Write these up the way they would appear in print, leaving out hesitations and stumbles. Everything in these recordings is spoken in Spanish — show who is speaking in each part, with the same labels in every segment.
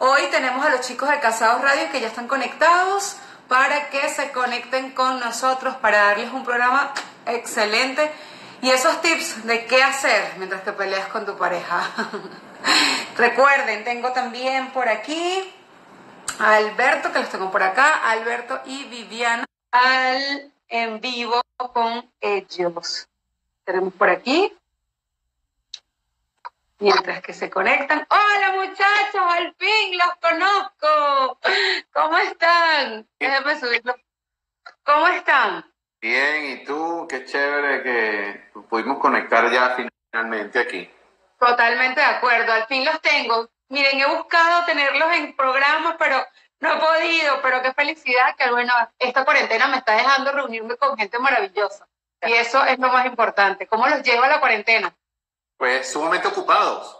Speaker 1: Hoy tenemos a los chicos de Casados Radio que ya están conectados para que se conecten con nosotros para darles un programa excelente y esos tips de qué hacer mientras te peleas con tu pareja. Recuerden, tengo también por aquí a Alberto, que los tengo por acá, Alberto y Viviana en vivo con ellos. Tenemos por aquí. Mientras que se conectan. ¡Hola, muchachos! ¡Al fin los conozco! ¿Cómo están? Déjame subirlo. ¿Cómo están?
Speaker 2: Bien, ¿y tú? Qué chévere que pudimos conectar ya finalmente aquí.
Speaker 1: Totalmente de acuerdo. Al fin los tengo. Miren, he buscado tenerlos en programas, pero no he podido. Pero qué felicidad que, bueno, esta cuarentena me está dejando reunirme con gente maravillosa. Y eso es lo más importante. ¿Cómo los lleva la cuarentena?
Speaker 2: Pues sumamente ocupados.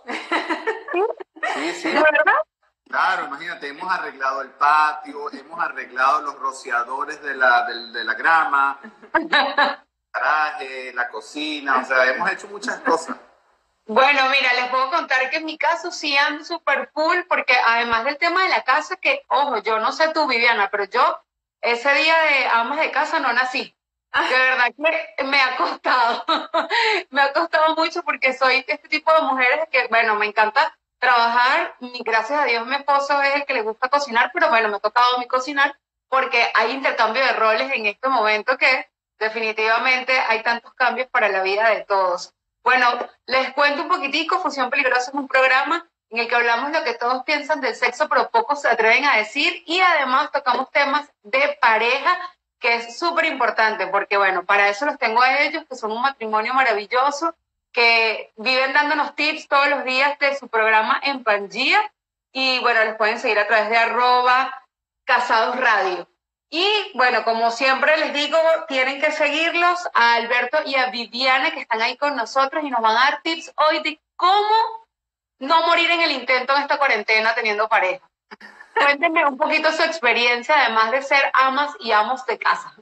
Speaker 2: Sí.
Speaker 1: ¿De verdad?
Speaker 2: Claro, imagínate, hemos arreglado el patio, hemos arreglado los rociadores de la grama, el garaje, la cocina, o sea, hemos hecho muchas cosas.
Speaker 1: Bueno, mira, les puedo contar que en mi caso sí ando súper full, porque además del tema de la casa, que, ojo, yo no sé tú, Viviana, pero yo ese día de amas de casa no nací. De verdad que me ha costado, me ha costado mucho porque soy este tipo de mujeres que, bueno, me encanta trabajar. Gracias a Dios mi esposo es el que le gusta cocinar, pero bueno, me ha tocado a mí cocinar porque hay intercambio de roles en este momento que definitivamente hay tantos cambios para la vida de todos. Bueno, les cuento un poquitico. Fusión Peligrosa es un programa en el que hablamos lo que todos piensan del sexo, pero pocos se atreven a decir, y además tocamos temas de pareja, que es súper importante, porque bueno, para eso los tengo a ellos, que son un matrimonio maravilloso, que viven dándonos tips todos los días de su programa en Pangea, y bueno, les pueden seguir a través de @casadosradio. Y bueno, como siempre les digo, tienen que seguirlos a Alberto y a Viviana, que están ahí con nosotros y nos van a dar tips hoy de cómo no morir en el intento en esta cuarentena teniendo pareja. Cuéntenme un poquito su experiencia, además de ser amas y amos de casa.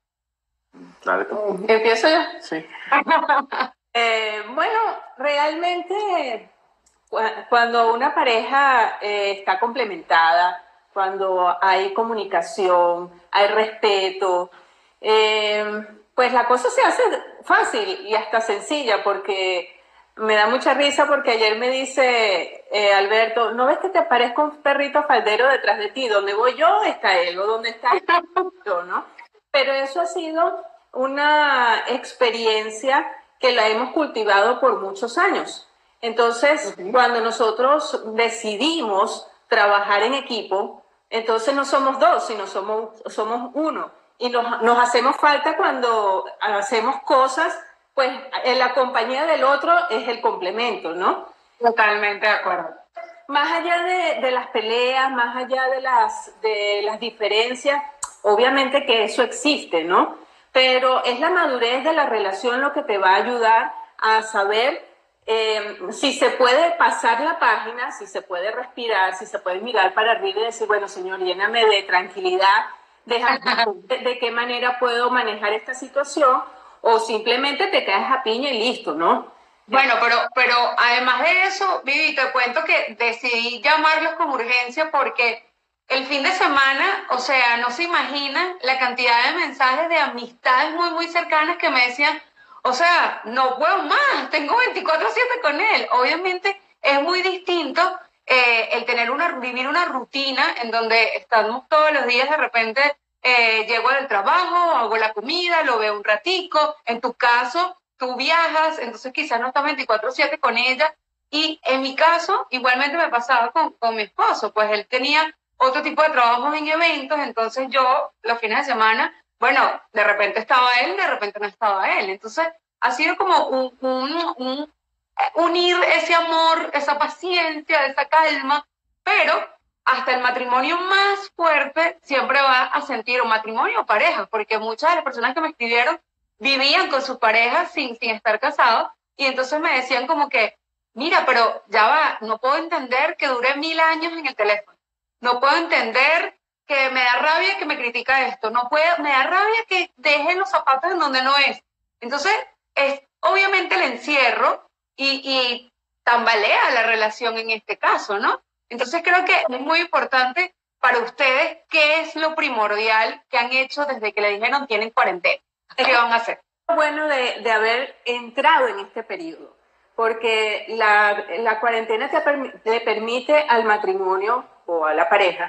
Speaker 2: Claro.
Speaker 3: ¿Empiezo yo?
Speaker 2: Sí.
Speaker 3: Bueno, realmente cuando una pareja está complementada, cuando hay comunicación, hay respeto, pues la cosa se hace fácil y hasta sencilla, porque me da mucha risa porque ayer me dice Alberto, ¿no ves que te aparezca un perrito faldero detrás de ti? Donde voy yo está él, o donde está yo, ¿no? Pero eso ha sido una experiencia que la hemos cultivado por muchos años. Entonces, cuando nosotros decidimos trabajar en equipo, entonces no somos dos, sino somos uno. Y nos hacemos falta cuando hacemos cosas, pues en la compañía del otro es el complemento, ¿no?
Speaker 1: Totalmente de acuerdo.
Speaker 3: Más allá de las peleas, más allá de las diferencias, obviamente que eso existe, ¿no? Pero es la madurez de la relación lo que te va a ayudar a saber si se puede pasar la página, si se puede respirar, si se puede mirar para arriba y decir, bueno, señor, lléname de tranquilidad, déjame de qué manera puedo manejar esta situación, o simplemente te caes a piña y listo, ¿no?
Speaker 1: Bueno, pero además de eso, Vivi, te cuento que decidí llamarlos con urgencia porque el fin de semana, o sea, no se imaginan la cantidad de mensajes de amistades muy, muy cercanas que me decían, o sea, no puedo más, tengo 24/7 con él. Obviamente es muy distinto el vivir una rutina en donde estamos todos los días, de repente llego del trabajo, hago la comida, lo veo un ratico. En tu caso, tú viajas, entonces quizás no estás 24/7 con ella. Y en mi caso, igualmente me pasaba con mi esposo, pues él tenía otro tipo de trabajos en eventos, entonces yo los fines de semana, bueno, de repente estaba él, de repente no estaba él. Entonces ha sido como unir ese amor, esa paciencia, esa calma, pero hasta el matrimonio más fuerte siempre va a sentir, un matrimonio o pareja, porque muchas de las personas que me escribieron vivían con sus parejas sin estar casados, y entonces me decían como que, mira, pero ya va, no puedo entender que dure 1000 años en el teléfono, no puedo entender que me da rabia que me critica esto, me da rabia que deje los zapatos en donde no es. Entonces, es obviamente el encierro y tambalea la relación en este caso, ¿no? Entonces creo que es muy importante para ustedes qué es lo primordial que han hecho desde que le dijeron tienen cuarentena. ¿Qué van a hacer?
Speaker 3: Bueno de haber entrado en este periodo, porque la cuarentena le permite al matrimonio o a la pareja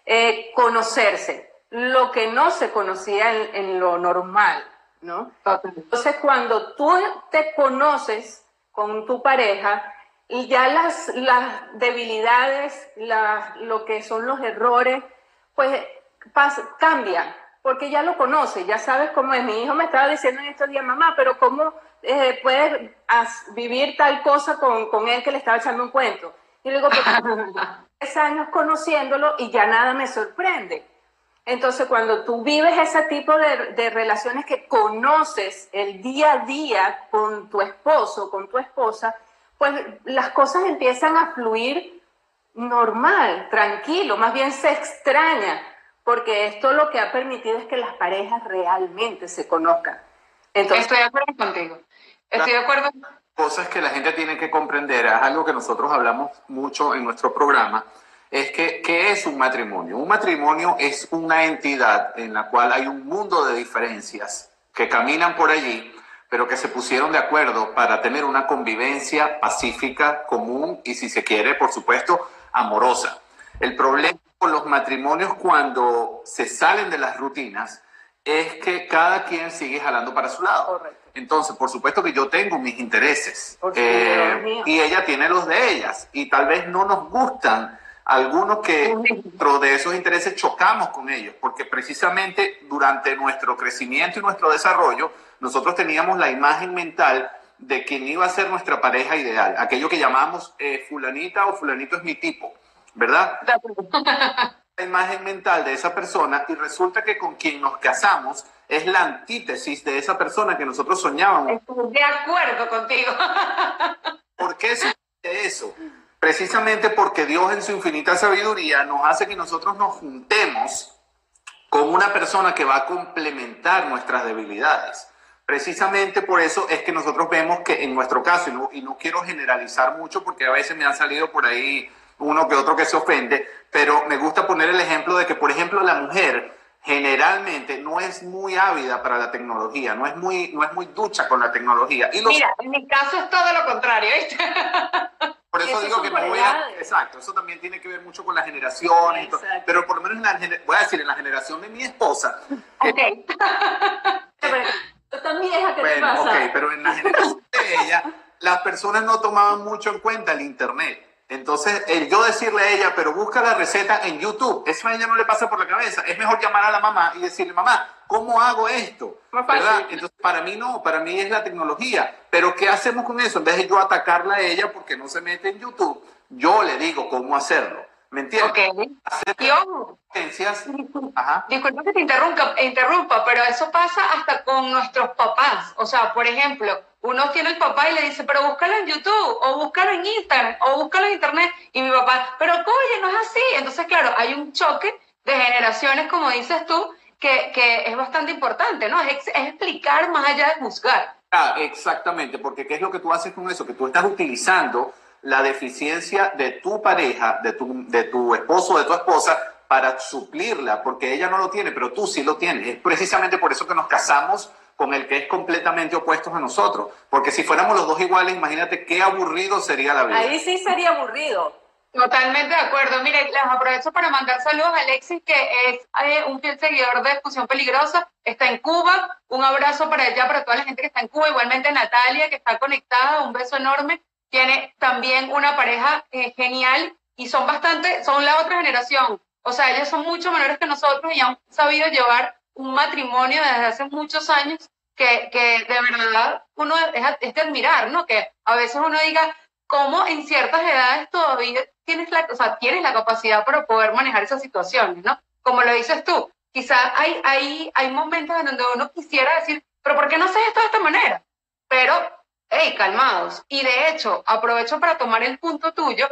Speaker 3: conocerse, lo que no se conocía en lo normal, ¿no? Entonces, cuando tú te conoces con tu pareja, ya las debilidades, lo que son los errores, pues cambian, porque ya lo conoces, ya sabes cómo es. Mi hijo me estaba diciendo en estos días, mamá, pero ¿cómo puedes vivir tal cosa con él, que le estaba echando un cuento? Y le digo, pero 3 años conociéndolo y ya nada me sorprende. Entonces, cuando tú vives ese tipo de relaciones que conoces el día a día con tu esposo, con tu esposa, pues las cosas empiezan a fluir normal, tranquilo, más bien se extraña, porque esto lo que ha permitido es que las parejas realmente se conozcan. Entonces,
Speaker 1: estoy de acuerdo contigo. Estoy de acuerdo.
Speaker 2: Cosas que la gente tiene que comprender, es algo que nosotros hablamos mucho en nuestro programa, es que ¿qué es un matrimonio? Un matrimonio es una entidad en la cual hay un mundo de diferencias que caminan por allí, pero que se pusieron de acuerdo para tener una convivencia pacífica, común y, si se quiere, por supuesto, amorosa. El problema con los matrimonios cuando se salen de las rutinas es que cada quien sigue jalando para su lado.
Speaker 3: Correcto.
Speaker 2: Entonces, por supuesto que yo tengo mis intereses y ella tiene los de ellas, y tal vez no nos gustan algunos que dentro de esos intereses chocamos con ellos, porque precisamente durante nuestro crecimiento y nuestro desarrollo nosotros teníamos la imagen mental de quién iba a ser nuestra pareja ideal, aquello que llamamos fulanita o fulanito es mi tipo, ¿verdad? La imagen mental de esa persona, y resulta que con quien nos casamos es la antítesis de esa persona que nosotros soñábamos.
Speaker 1: Estoy de acuerdo contigo.
Speaker 2: ¿Por qué sucede eso? Precisamente porque Dios en su infinita sabiduría nos hace que nosotros nos juntemos con una persona que va a complementar nuestras debilidades. Precisamente por eso es que nosotros vemos que en nuestro caso, y no quiero generalizar mucho porque a veces me han salido por ahí uno que otro que se ofende, pero me gusta poner el ejemplo de que, por ejemplo, la mujer generalmente no es muy ávida para la tecnología, no es muy ducha con la tecnología.
Speaker 1: Mira, en mi caso es todo lo contrario, ¿viste?
Speaker 2: Por eso digo que no voy a... Exacto, eso también tiene que ver mucho con las generaciones, pero por lo menos voy a decir, en la generación de mi esposa...
Speaker 1: Ok.
Speaker 3: Yo también, ¿qué te pasa?
Speaker 2: Ok, pero en la generación de ella, las personas no tomaban mucho en cuenta el internet. Entonces, el yo decirle a ella, pero busca la receta en YouTube, eso a ella no le pasa por la cabeza. Es mejor llamar a la mamá y decirle, mamá, ¿cómo hago esto? ¿Verdad? Entonces, para mí no, para mí es la tecnología. Pero ¿qué hacemos con eso? En vez de yo atacarla a ella porque no se mete en YouTube, yo le digo cómo hacerlo. ¿Me entiendes?
Speaker 1: Ok. Yo, disculpa que te interrumpa, pero eso pasa hasta con nuestros papás. O sea, por ejemplo, uno tiene el papá y le dice, pero búscalo en YouTube, o búscalo en Instagram, o búscalo en Internet. Y mi papá, pero oye, no es así. Entonces, claro, hay un choque de generaciones, como dices tú, que es bastante importante, ¿no? Es explicar más allá de juzgar.
Speaker 2: Ah, exactamente, porque ¿qué es lo que tú haces con eso? Que tú estás utilizando la deficiencia de tu pareja, de tu esposo o de tu esposa, para suplirla, porque ella no lo tiene, pero tú sí lo tienes. Es precisamente por eso que nos casamos con el que es completamente opuesto a nosotros, porque si fuéramos los dos iguales, imagínate qué aburrido sería la vida.
Speaker 3: Ahí sí sería aburrido.
Speaker 1: Totalmente de acuerdo. Mire, les aprovecho para mandar saludos a Alexis, que es un fiel seguidor de Fusión Peligrosa, está en Cuba. Un abrazo para ella, para toda la gente que está en Cuba. Igualmente Natalia, que está conectada, un beso enorme. Tiene también una pareja genial y son la otra generación. O sea, ellos son mucho menores que nosotros y han sabido llevar un matrimonio desde hace muchos años que de verdad uno es de admirar, ¿no? Que a veces uno diga, ¿cómo en ciertas edades todavía tienes la capacidad para poder manejar esas situaciones, ¿no? Como lo dices tú, quizás hay momentos en donde uno quisiera decir, pero ¿por qué no haces esto de esta manera? Pero, hey, calmados. Y de hecho, aprovecho para tomar el punto tuyo.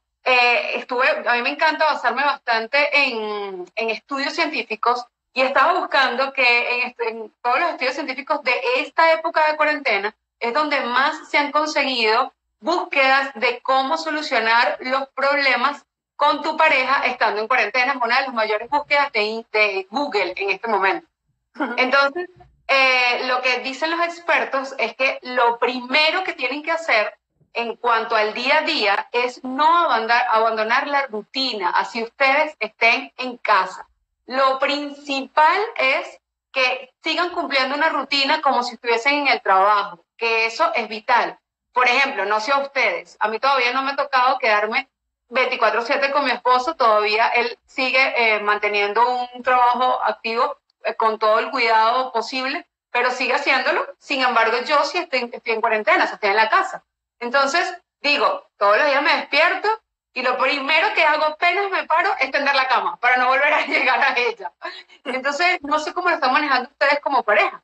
Speaker 1: A mí me encanta basarme bastante en estudios científicos y estaba buscando que en todos los estudios científicos de esta época de cuarentena es donde más se han conseguido búsquedas de cómo solucionar los problemas con tu pareja estando en cuarentena. Es una de las mayores búsquedas de Google en este momento. Entonces, lo que dicen los expertos es que lo primero que tienen que hacer en cuanto al día a día es no abandonar la rutina, así ustedes estén en casa. Lo principal es que sigan cumpliendo una rutina como si estuviesen en el trabajo, que eso es vital. Por ejemplo, no sé a ustedes, a mí todavía no me ha tocado quedarme 24/7 con mi esposo, todavía él sigue manteniendo un trabajo activo con todo el cuidado posible, pero sigue haciéndolo. Sin embargo, yo sí estoy en cuarentena, estoy en la casa. Entonces, digo, todos los días me despierto y lo primero que hago apenas me paro es tender la cama para no volver a llegar a ella. Entonces, no sé cómo lo están manejando ustedes como pareja.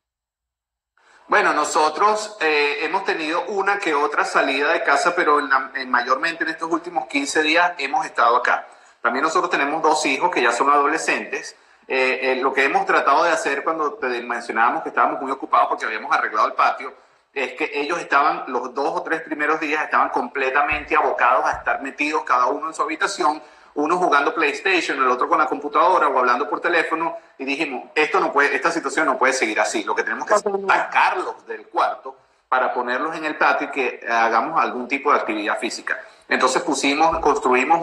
Speaker 2: Bueno, nosotros hemos tenido una que otra salida de casa, pero mayormente en estos últimos 15 días hemos estado acá. También nosotros tenemos 2 hijos que ya son adolescentes. Lo que hemos tratado de hacer cuando te mencionábamos que estábamos muy ocupados porque habíamos arreglado el patio, es que ellos estaban, los 2 o 3 primeros días, estaban completamente abocados a estar metidos cada uno en su habitación, uno jugando PlayStation, el otro con la computadora o hablando por teléfono, y dijimos, esta situación no puede seguir así. Lo que tenemos que hacer es sacarlos del cuarto para ponerlos en el patio y que hagamos algún tipo de actividad física. Entonces construimos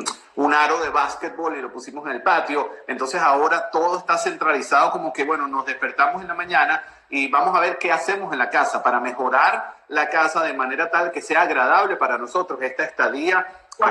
Speaker 2: un aro de básquetbol y lo pusimos en el patio. Entonces ahora todo está centralizado, como que, bueno, nos despertamos en la mañana y vamos a ver qué hacemos en la casa para mejorar la casa de manera tal que sea agradable para nosotros esta estadía.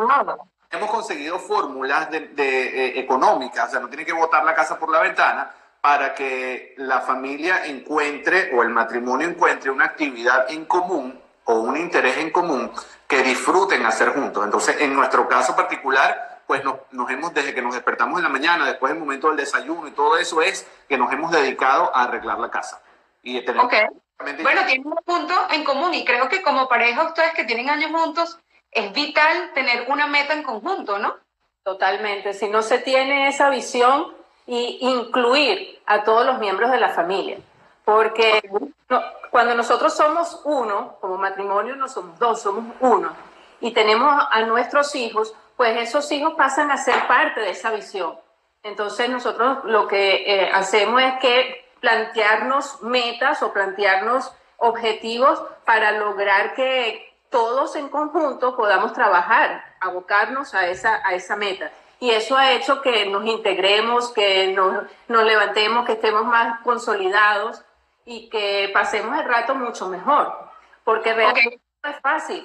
Speaker 2: Hemos conseguido fórmulas económicas, o sea, no tiene que botar la casa por la ventana para que la familia encuentre o el matrimonio encuentre una actividad en común o un interés en común que disfruten hacer juntos. Entonces, en nuestro caso particular, pues desde que nos despertamos en la mañana, después del momento del desayuno y todo eso, es que nos hemos dedicado a arreglar la casa. Y tenemos
Speaker 1: Bueno, tienen un punto en común y creo que como pareja, ustedes que tienen años juntos, es vital tener una meta en conjunto, ¿no?
Speaker 3: Totalmente. Si no se tiene esa visión y incluir a todos los miembros de la familia, porque cuando nosotros somos uno, como matrimonio no somos 2, somos uno, y tenemos a nuestros hijos, pues esos hijos pasan a ser parte de esa visión. Entonces nosotros lo que hacemos es que plantearnos metas o plantearnos objetivos para lograr que todos en conjunto podamos trabajar, abocarnos a esa meta. Y eso ha hecho que nos integremos, que nos levantemos, que estemos más consolidados y que pasemos el rato mucho mejor. Porque realmente no es fácil,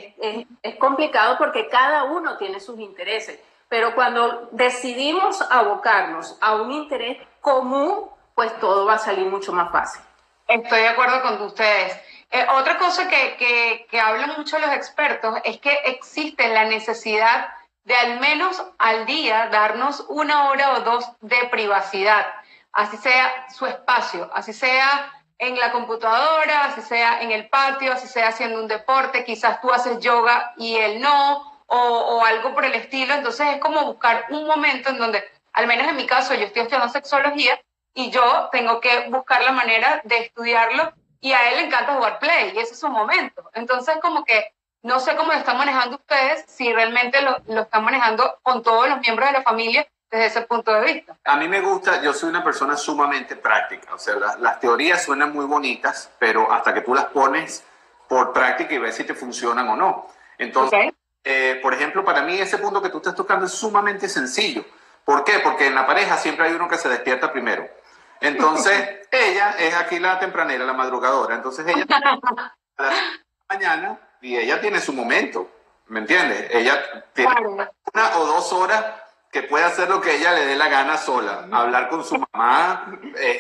Speaker 3: es complicado porque cada uno tiene sus intereses. Pero cuando decidimos abocarnos a un interés común, pues todo va a salir mucho más fácil.
Speaker 1: Estoy de acuerdo con ustedes. Otra cosa que hablan mucho los expertos es que existe la necesidad de al menos al día darnos 1 hora o 2 de privacidad, así sea su espacio, así sea en la computadora, así sea en el patio, así sea haciendo un deporte, quizás tú haces yoga y él no, o algo por el estilo. Entonces es como buscar un momento en donde, al menos en mi caso, yo estoy estudiando sexología y yo tengo que buscar la manera de estudiarlo y a él le encanta jugar Play y ese es su momento. Entonces como que no sé cómo lo están manejando ustedes, si realmente lo están manejando con todos los miembros de la familia desde ese punto de vista.
Speaker 2: A mí me gusta, yo soy una persona sumamente práctica, o sea, las teorías suenan muy bonitas, pero hasta que tú las pones por práctica y ves si te funcionan o no. Entonces, por ejemplo, para mí ese punto que tú estás tocando es sumamente sencillo. ¿Por qué? Porque en la pareja siempre hay uno que se despierta primero. Entonces, ella es aquí la tempranera, la madrugadora. Entonces, ella a la mañana y ella tiene su momento, ¿me entiendes? Ella tiene 1 o 2 horas que puede hacer lo que ella le dé la gana sola. Hablar con su mamá,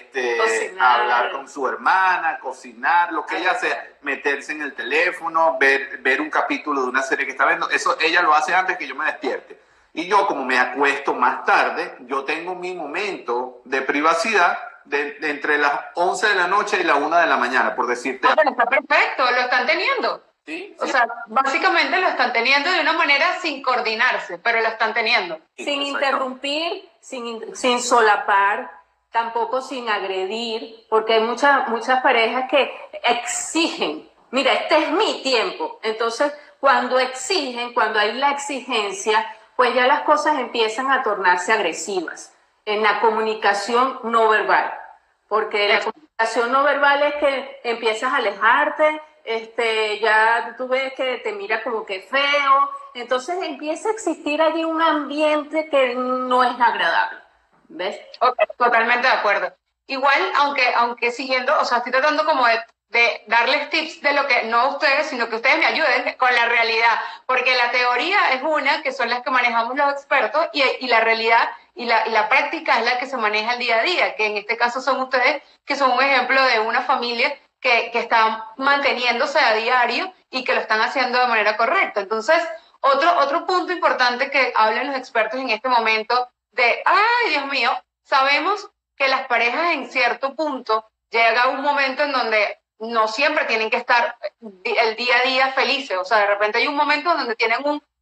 Speaker 2: hablar con su hermana, cocinar, lo que ella hace, meterse en el teléfono, ver un capítulo de una serie que está viendo. Eso ella lo hace antes que yo me despierte. Y yo, como me acuesto más tarde, yo tengo mi momento de privacidad de entre las 11 de la noche y la 1 de la mañana, por decirte.
Speaker 1: Pero está perfecto, lo están teniendo.
Speaker 2: ¿Sí?
Speaker 1: O sea, básicamente lo están teniendo de una manera sin coordinarse, pero lo están teniendo.
Speaker 3: Sin interrumpir, sin solapar, tampoco sin agredir, porque hay muchas parejas que exigen, mira, este es mi tiempo. Entonces, cuando exigen, cuando hay la exigencia, pues ya las cosas empiezan a tornarse agresivas en la comunicación no verbal, porque la comunicación no verbal es que empiezas a alejarte, ya tú ves que te mira como que feo, entonces empieza a existir allí un ambiente que no es agradable, ¿ves?
Speaker 1: Okay, totalmente de acuerdo. Igual, aunque siguiendo, o sea, estoy tratando como de darles tips de lo que, no a ustedes, sino que ustedes me ayuden con la realidad, porque la teoría es una, que son las que manejamos los expertos, y la realidad y la práctica es la que se maneja el día a día, que en este caso son ustedes, que son un ejemplo de una familia que están manteniéndose a diario y que lo están haciendo de manera correcta. Entonces, otro punto importante que hablan los expertos en este momento ay, Dios mío, sabemos que las parejas en cierto punto llega un momento en donde no siempre tienen que estar el día a día felices, o sea, de repente hay un momento donde tienen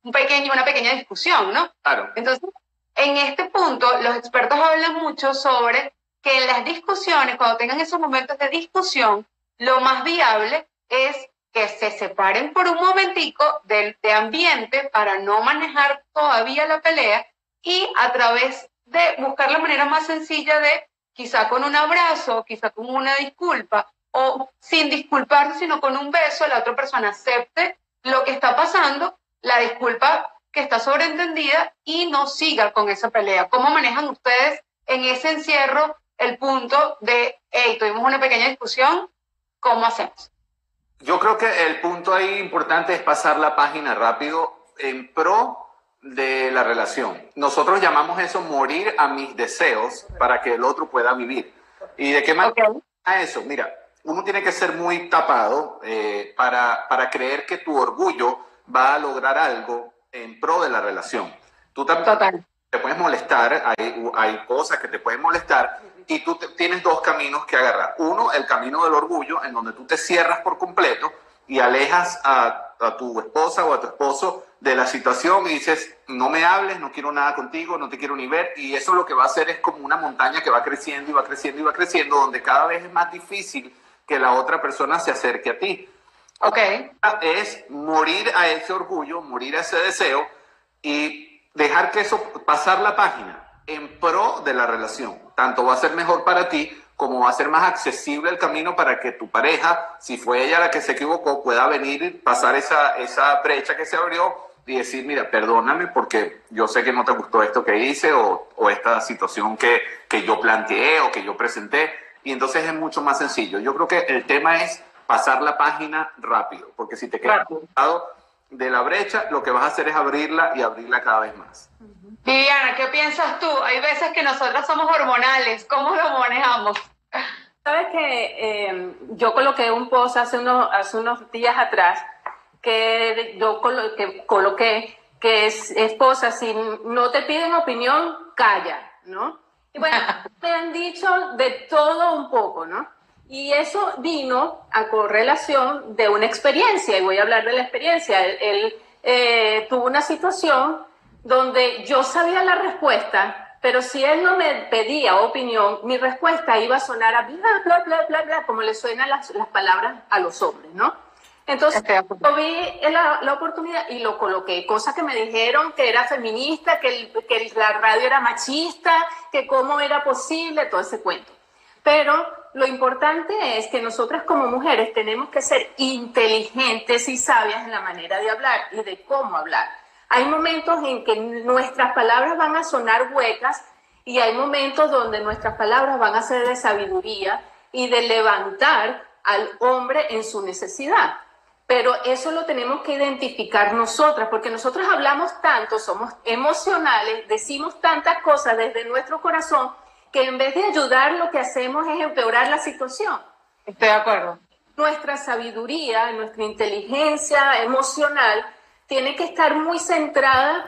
Speaker 1: una pequeña discusión, ¿no?
Speaker 2: Claro.
Speaker 1: Entonces, en este punto, los expertos hablan mucho sobre que en las discusiones, cuando tengan esos momentos de discusión, lo más viable es que se separen por un momentico de ambiente para no manejar todavía la pelea y a través de buscar la manera más sencilla de, quizá con un abrazo, quizá con una disculpa, o sin disculparse, sino con un beso, la otra persona acepte lo que está pasando, la disculpa que está sobreentendida y no siga con esa pelea. ¿Cómo manejan ustedes en ese encierro el punto de, hey, tuvimos una pequeña discusión, ¿cómo hacemos?
Speaker 2: Yo creo que el punto ahí importante es pasar la página rápido en pro de la relación. Nosotros llamamos eso morir a mis deseos para que el otro pueda vivir. ¿Y de qué manera eso? Mira, uno tiene que ser muy tapado para creer que tu orgullo va a lograr algo en pro de la relación. Tú también te puedes molestar, hay cosas que te pueden molestar y tú tienes dos caminos que agarrar. Uno, el camino del orgullo, en donde tú te cierras por completo y alejas a tu esposa o a tu esposo de la situación y dices, no me hables, no quiero nada contigo, no te quiero ni ver, y eso lo que va a hacer es como una montaña que va creciendo y va creciendo y va creciendo, donde cada vez es más difícil que la otra persona se acerque a ti. Es morir a ese orgullo, morir a ese deseo y dejar que eso, pasar la página en pro de la relación. Tanto va a ser mejor para ti como va a ser más accesible el camino para que tu pareja, si fue ella la que se equivocó, pueda venir, pasar esa brecha que se abrió y decir, mira, perdóname porque yo sé que no te gustó esto que hice o esta situación que yo planteé o que yo presenté. Y entonces es mucho más sencillo. Yo creo que el tema es pasar la página rápido, porque si te quedas lado de la brecha, lo que vas a hacer es abrirla y abrirla cada vez más.
Speaker 1: Viviana, ¿qué piensas tú? Hay veces que nosotras somos hormonales. ¿Cómo lo manejamos?
Speaker 3: Sabes que yo coloqué un post hace unos días atrás que yo coloqué que es esposa, si no te piden opinión, calla, ¿no? Y bueno, me han dicho de todo un poco, ¿no? Y eso vino a correlación de una experiencia, y voy a hablar de la experiencia. Él tuvo una situación donde yo sabía la respuesta, pero si él no me pedía opinión, mi respuesta iba a sonar a bla, bla, bla, bla, bla, como le suenan las palabras a los hombres, ¿no? Entonces, yo vi la oportunidad y lo coloqué, cosa que me dijeron que era feminista, que la radio era machista, que cómo era posible, todo ese cuento. Pero lo importante es que nosotras como mujeres tenemos que ser inteligentes y sabias en la manera de hablar y de cómo hablar. Hay momentos en que nuestras palabras van a sonar huecas y hay momentos donde nuestras palabras van a ser de sabiduría y de levantar al hombre en su necesidad. Pero eso lo tenemos que identificar nosotras, porque nosotras hablamos tanto, somos emocionales, decimos tantas cosas desde nuestro corazón, que en vez de ayudar lo que hacemos es empeorar la situación.
Speaker 1: Estoy de acuerdo.
Speaker 3: Nuestra sabiduría, nuestra inteligencia emocional tiene que estar muy centrada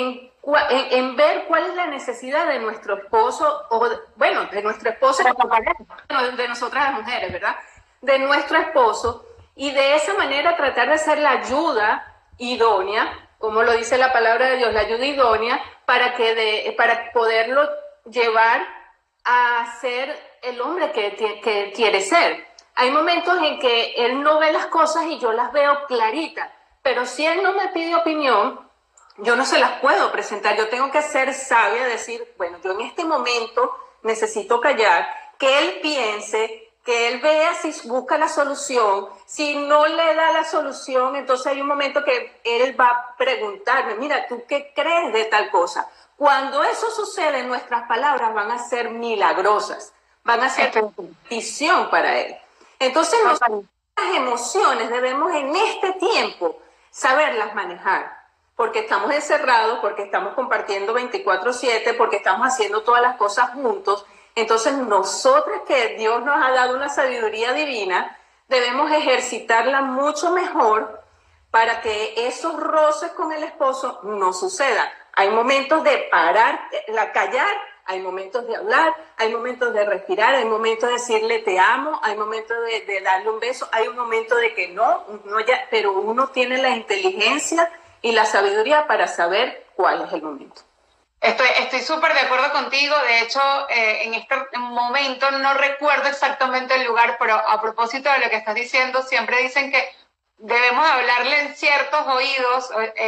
Speaker 3: en ver cuál es la necesidad de nuestro esposo, de nuestro esposo, de nosotras las mujeres, ¿verdad? De nuestro esposo, y de esa manera tratar de hacer la ayuda idónea, como lo dice la palabra de Dios, la ayuda idónea, para poderlo llevar a ser el hombre que quiere ser. Hay momentos en que él no ve las cosas y yo las veo claritas, pero si él no me pide opinión, yo no se las puedo presentar. Yo tengo que ser sabia, decir, bueno, yo en este momento necesito callar, que él piense, que él vea si busca la solución. Si no le da la solución, entonces hay un momento que él va a preguntarme, mira, ¿tú qué crees de tal cosa? Cuando eso sucede, nuestras palabras van a ser milagrosas, van a ser bendición para él. Entonces, las emociones debemos en este tiempo saberlas manejar, porque estamos encerrados, porque estamos compartiendo 24/7, porque estamos haciendo todas las cosas juntos. Entonces, nosotras, que Dios nos ha dado una sabiduría divina, debemos ejercitarla mucho mejor para que esos roces con el esposo no sucedan. Hay momentos de parar, callar, hay momentos de hablar, hay momentos de respirar, hay momentos de decirle te amo, hay momentos de darle un beso, hay un momento de que no ya, pero uno tiene la inteligencia y la sabiduría para saber cuál es el momento.
Speaker 1: Estoy súper de acuerdo contigo. De hecho, en este momento no recuerdo exactamente el lugar, pero a propósito de lo que estás diciendo, siempre dicen que debemos hablarle en ciertos oídos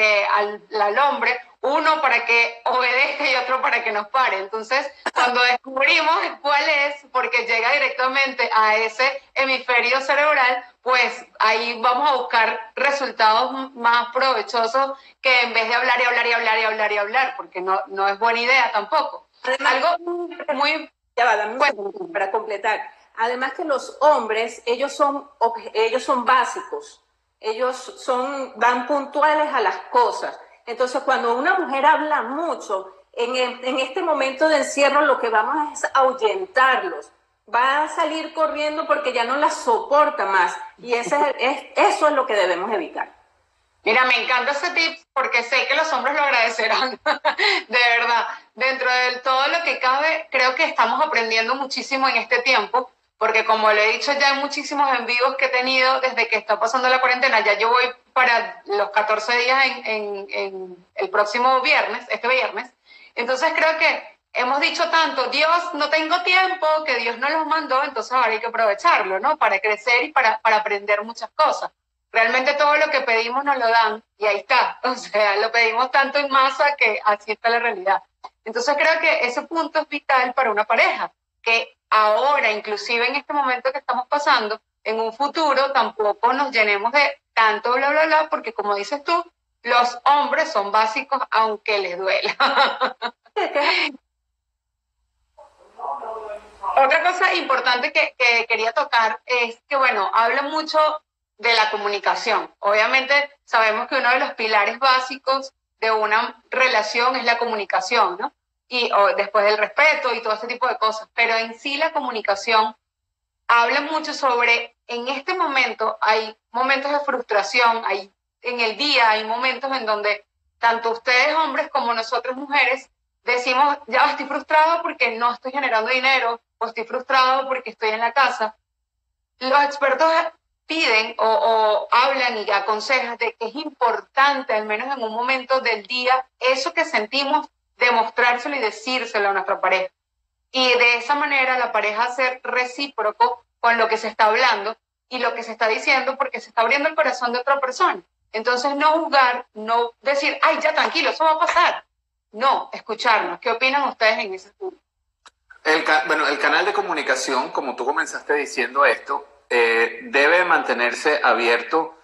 Speaker 1: al hombre, uno para que obedezca y otro para que nos pare. Entonces, cuando descubrimos cuál es, porque llega directamente a ese hemisferio cerebral, pues ahí vamos a buscar resultados más provechosos que en vez de hablar y hablar y hablar y hablar y hablar, porque no es buena idea tampoco.
Speaker 3: Además, algo muy... Ya va, dame un segundo para completar. Además que los hombres, ellos son básicos, ellos van puntuales a las cosas. Entonces, cuando una mujer habla mucho, en este momento de encierro lo que vamos es ahuyentarlos. Va a salir corriendo porque ya no la soporta más. Y eso es lo que debemos evitar.
Speaker 1: Mira, me encanta ese tip porque sé que los hombres lo agradecerán. De verdad, dentro de todo lo que cabe, creo que estamos aprendiendo muchísimo en este tiempo, porque como lo he dicho ya en muchísimos en vivos que he tenido desde que está pasando la cuarentena, ya yo voy para los 14 días en el próximo viernes, este viernes. Entonces creo que hemos dicho tanto, Dios, no tengo tiempo, que Dios nos los mandó, entonces ahora hay que aprovecharlo, ¿no? Para crecer y para aprender muchas cosas. Realmente todo lo que pedimos nos lo dan y ahí está. O sea, lo pedimos tanto en masa que así está la realidad. Entonces creo que ese punto es vital para una pareja, que ahora, inclusive en este momento que estamos pasando, en un futuro tampoco nos llenemos de tanto bla, bla, bla, porque como dices tú, los hombres son básicos aunque les duela. Otra cosa importante que quería tocar es que, bueno, habla mucho de la comunicación. Obviamente sabemos que uno de los pilares básicos de una relación es la comunicación, ¿no? Y después del respeto y todo ese tipo de cosas. Pero en sí la comunicación habla mucho sobre, en este momento hay momentos de frustración, en el día hay momentos en donde tanto ustedes hombres como nosotros mujeres decimos, ya estoy frustrado porque no estoy generando dinero, o estoy frustrado porque estoy en la casa. Los expertos piden o hablan y aconsejan de que es importante, al menos en un momento del día, eso que sentimos, demostrárselo y decírselo a nuestra pareja. Y de esa manera la pareja ser recíproco con lo que se está hablando y lo que se está diciendo, porque se está abriendo el corazón de otra persona. Entonces no juzgar, no decir, ay, ya tranquilo, eso va a pasar. No, escucharnos. ¿Qué opinan ustedes en ese punto?
Speaker 2: Bueno, el canal de comunicación, como tú comenzaste diciendo esto, debe mantenerse abierto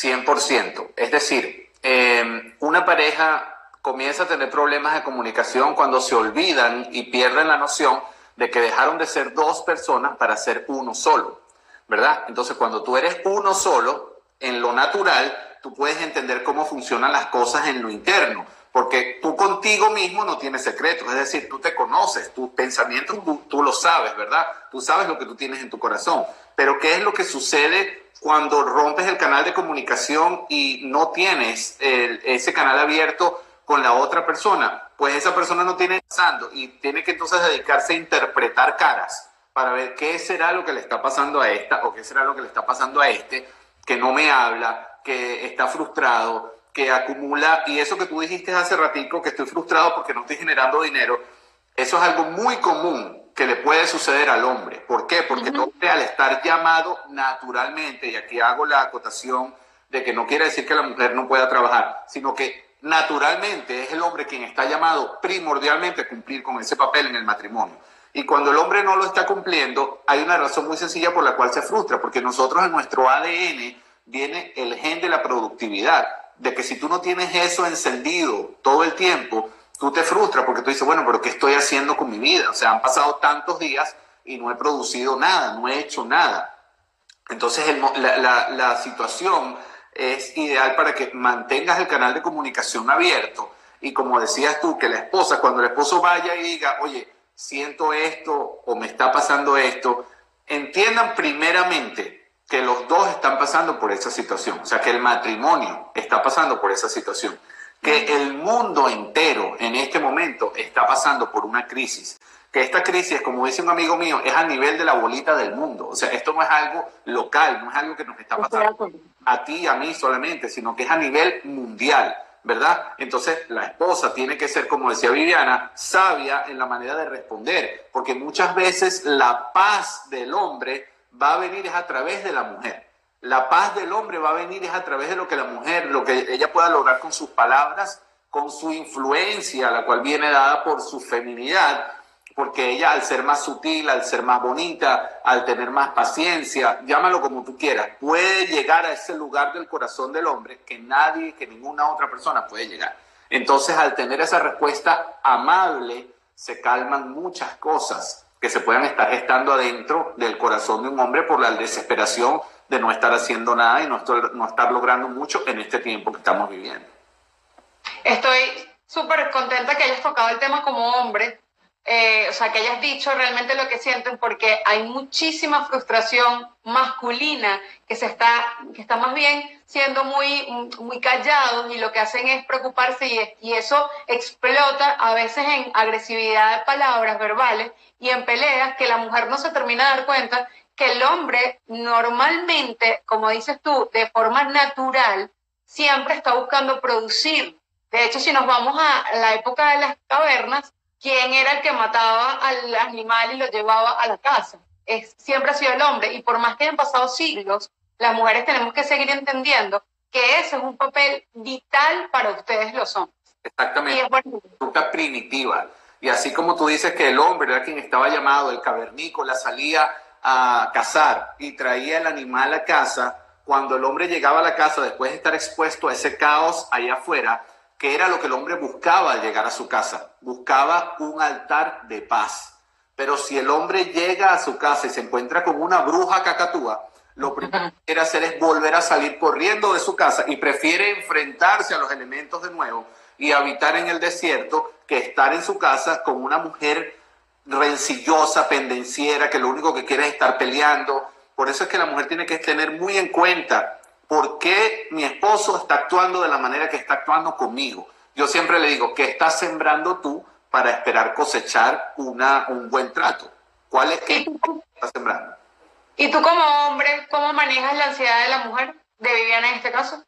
Speaker 2: 100%. Es decir, una pareja comienza a tener problemas de comunicación cuando se olvidan y pierden la noción de que dejaron de ser dos personas para ser uno solo, ¿verdad? Entonces, cuando tú eres uno solo, en lo natural, tú puedes entender cómo funcionan las cosas en lo interno, porque tú contigo mismo no tienes secretos, es decir, tú te conoces, tus pensamientos tú lo sabes, ¿verdad? Tú sabes lo que tú tienes en tu corazón, pero ¿qué es lo que sucede cuando rompes el canal de comunicación y no tienes ese canal abierto con la otra persona? Pues esa persona no tiene pasando y tiene que entonces dedicarse a interpretar caras para ver qué será lo que le está pasando a esta o qué será lo que le está pasando a este, que no me habla, que está frustrado, que acumula, y eso que tú dijiste hace ratico, que estoy frustrado porque no estoy generando dinero, eso es algo muy común que le puede suceder al hombre. ¿Por qué? Porque el hombre, al estar llamado naturalmente, y aquí hago la acotación de que no quiere decir que la mujer no pueda trabajar, sino que naturalmente es el hombre quien está llamado primordialmente a cumplir con ese papel en el matrimonio. Y cuando el hombre no lo está cumpliendo, hay una razón muy sencilla por la cual se frustra, porque nosotros en nuestro ADN viene el gen de la productividad, de que si tú no tienes eso encendido todo el tiempo, tú te frustras porque tú dices, bueno, pero ¿qué estoy haciendo con mi vida? O sea, han pasado tantos días y no he producido nada, no he hecho nada. Entonces la situación es ideal para que mantengas el canal de comunicación abierto y, como decías tú, que la esposa, cuando el esposo vaya y diga, oye, siento esto o me está pasando esto, entiendan primeramente que los dos están pasando por esa situación, o sea, que el matrimonio está pasando por esa situación, que el mundo entero en este momento está pasando por una crisis, que esta crisis, como dice un amigo mío, es a nivel de la bolita del mundo, o sea, esto no es algo local, no es algo que nos está pasando a ti y a mí solamente, sino que es a nivel mundial, ¿verdad? Entonces la esposa tiene que ser, como decía Viviana, sabia en la manera de responder, porque muchas veces la paz del hombre va a venir es a través de la mujer. La paz del hombre va a venir es a través de lo que la mujer, lo que ella pueda lograr con sus palabras, con su influencia, la cual viene dada por su feminidad, porque ella, al ser más sutil, al ser más bonita, al tener más paciencia, llámalo como tú quieras, puede llegar a ese lugar del corazón del hombre que nadie, que ninguna otra persona puede llegar. Entonces, al tener esa respuesta amable, se calman muchas cosas que se puedan estar gestando adentro del corazón de un hombre por la desesperación de no estar haciendo nada y no estar logrando mucho en este tiempo que estamos viviendo.
Speaker 1: Estoy súper contenta que hayas tocado el tema como hombre, o sea, que hayas dicho realmente lo que sienten, porque hay muchísima frustración masculina que está más bien siendo muy callados, y lo que hacen es preocuparse, y eso explota a veces en agresividad de palabras verbales y en peleas, que la mujer no se termina de dar cuenta que el hombre normalmente, como dices tú, de forma natural, siempre está buscando producir. De hecho, si nos vamos a la época de las cavernas, ¿quién era el que mataba al animal y lo llevaba a la casa? Siempre ha sido el hombre, y por más que hayan pasado siglos, las mujeres tenemos que seguir entendiendo que ese es un papel vital para ustedes los hombres.
Speaker 2: Exactamente, conducta primitiva. Y así como tú dices que el hombre era quien estaba llamado, el cavernícola, salía a cazar y traía el animal a casa, cuando el hombre llegaba a la casa después de estar expuesto a ese caos allá afuera, ¿qué era lo que el hombre buscaba al llegar a su casa? Buscaba un altar de paz. Pero si el hombre llega a su casa y se encuentra con una bruja cacatúa, lo primero que quiere hacer es volver a salir corriendo de su casa y prefiere enfrentarse a los elementos de nuevo y habitar en el desierto que estar en su casa con una mujer rencillosa, pendenciera, que lo único que quiere es estar peleando. Por eso es que la mujer tiene que tener muy en cuenta por qué mi esposo está actuando de la manera que está actuando conmigo. Yo siempre le digo, ¿qué estás sembrando tú para esperar cosechar un buen trato? ¿Cuál es que estás sembrando?
Speaker 1: ¿Y tú como hombre, cómo manejas la ansiedad de la mujer, de Viviana en este caso?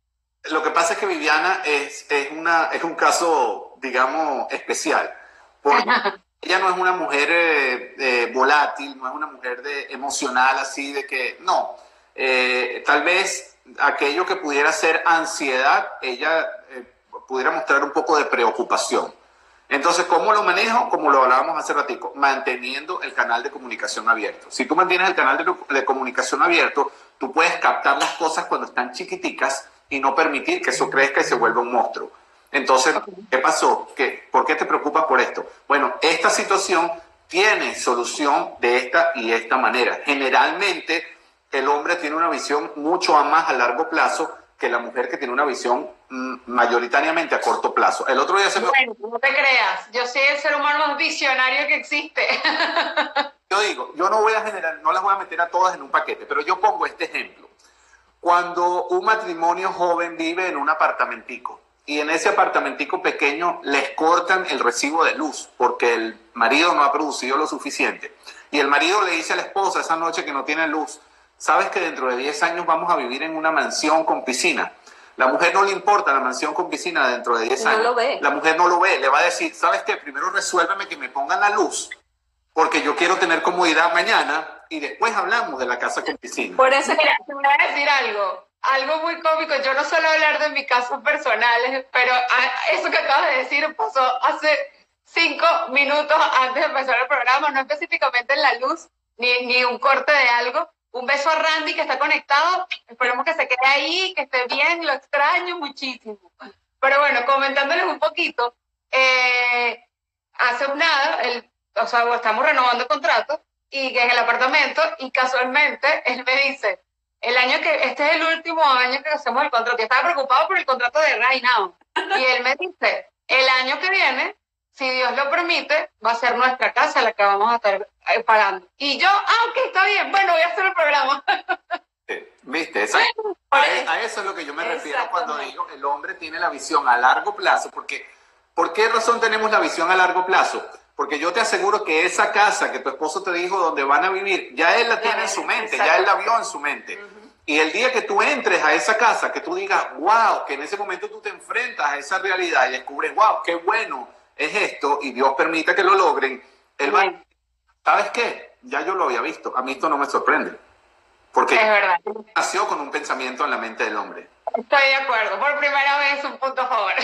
Speaker 2: Lo que pasa es que Viviana es un caso, digamos, especial. Porque ella no es una mujer volátil, no es una mujer emocional así de que, no. Tal vez aquello que pudiera ser ansiedad, ella pudiera mostrar un poco de preocupación. Entonces, ¿cómo lo manejo? Como lo hablábamos hace ratico, manteniendo el canal de comunicación abierto. Si tú mantienes el canal de comunicación abierto, tú puedes captar las cosas cuando están chiquiticas y no permitir que eso crezca y se vuelva un monstruo. Entonces, ¿qué pasó? ¿Por qué te preocupas por esto? Bueno, esta situación tiene solución de esta y esta manera. Generalmente, el hombre tiene una visión mucho más a largo plazo que la mujer, que tiene una visión mayoritariamente a corto plazo. El otro día
Speaker 1: Bueno, no te creas, yo soy el ser humano más visionario que existe.
Speaker 2: Yo digo, yo no las voy a meter a todas en un paquete, pero yo pongo este ejemplo. Cuando un matrimonio joven vive en un apartamentico y en ese apartamentico pequeño les cortan el recibo de luz porque el marido no ha producido lo suficiente, y el marido le dice a la esposa esa noche que no tiene luz, ¿sabes que dentro de 10 años vamos a vivir en una mansión con piscina? La mujer no le importa la mansión con piscina dentro de 10 años.
Speaker 3: No lo ve.
Speaker 2: La mujer no lo ve. Le va a decir, ¿sabes qué? Primero resuélveme que me pongan la luz, porque yo quiero tener comodidad mañana, y después hablamos de la casa con piscina.
Speaker 1: Por eso, mira, te voy a decir algo. algo muy cómico. Yo no suelo hablar de mis casos personales, pero eso que acabas de decir pasó hace 5 minutos antes de empezar el programa, no específicamente en la luz, ni un corte de algo. Un beso a Randy que está conectado. Esperemos que se quede ahí, que esté bien, lo extraño muchísimo. Pero bueno, comentándoles un poquito, hace nada, estamos renovando el contrato y en el apartamento, y casualmente él me dice, este es el último año que hacemos el contrato. Yo estaba preocupado por el contrato de Right Now. Y él me dice, el año que viene, si Dios lo permite, va a ser nuestra casa la que vamos a estar pagando. Y yo, ok, está bien, bueno, voy a hacer el programa.
Speaker 2: ¿Viste? A eso es lo que yo me refiero cuando digo el hombre tiene la visión a largo plazo. Porque, ¿por qué razón tenemos la visión a largo plazo? Porque yo te aseguro que esa casa que tu esposo te dijo donde van a vivir, ya él la tiene en su mente, ya él la vio en su mente. Y el día que tú entres a esa casa, que tú digas, wow, que en ese momento tú te enfrentas a esa realidad y descubres, wow, qué bueno es esto, y Dios permita que lo logren, él va, ¿sabes qué? Ya yo lo había visto, a mí esto no me sorprende. Porque
Speaker 1: es verdad.
Speaker 2: Nació con un pensamiento en la mente del hombre.
Speaker 1: Estoy de acuerdo, por primera vez un punto a favor.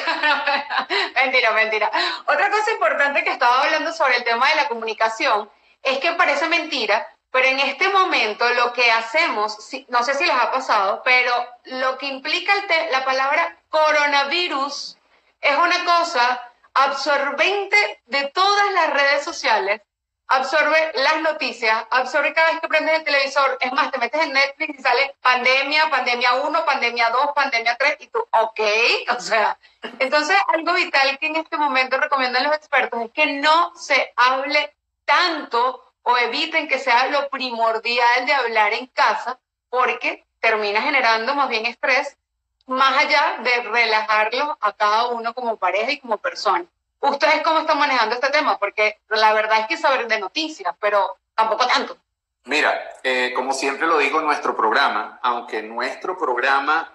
Speaker 1: Mentira. Otra cosa importante que estaba hablando sobre el tema de la comunicación es que parece mentira, pero en este momento lo que hacemos, no sé si les ha pasado, pero lo que implica la palabra coronavirus es una cosa absorbente de todas las redes sociales. Absorbe las noticias, absorbe cada vez que prendes el televisor. Es más, te metes en Netflix y sale pandemia 1, pandemia 2, pandemia 3, y tú, ok, o sea. Entonces, algo vital que en este momento recomiendan los expertos es que no se hable tanto o eviten que sea lo primordial de hablar en casa, porque termina generando más bien estrés, más allá de relajarlos a cada uno como pareja y como persona. ¿Ustedes cómo están manejando este tema? Porque la verdad es que saber de noticias, pero tampoco tanto.
Speaker 2: Mira, como siempre lo digo en nuestro programa, aunque nuestro programa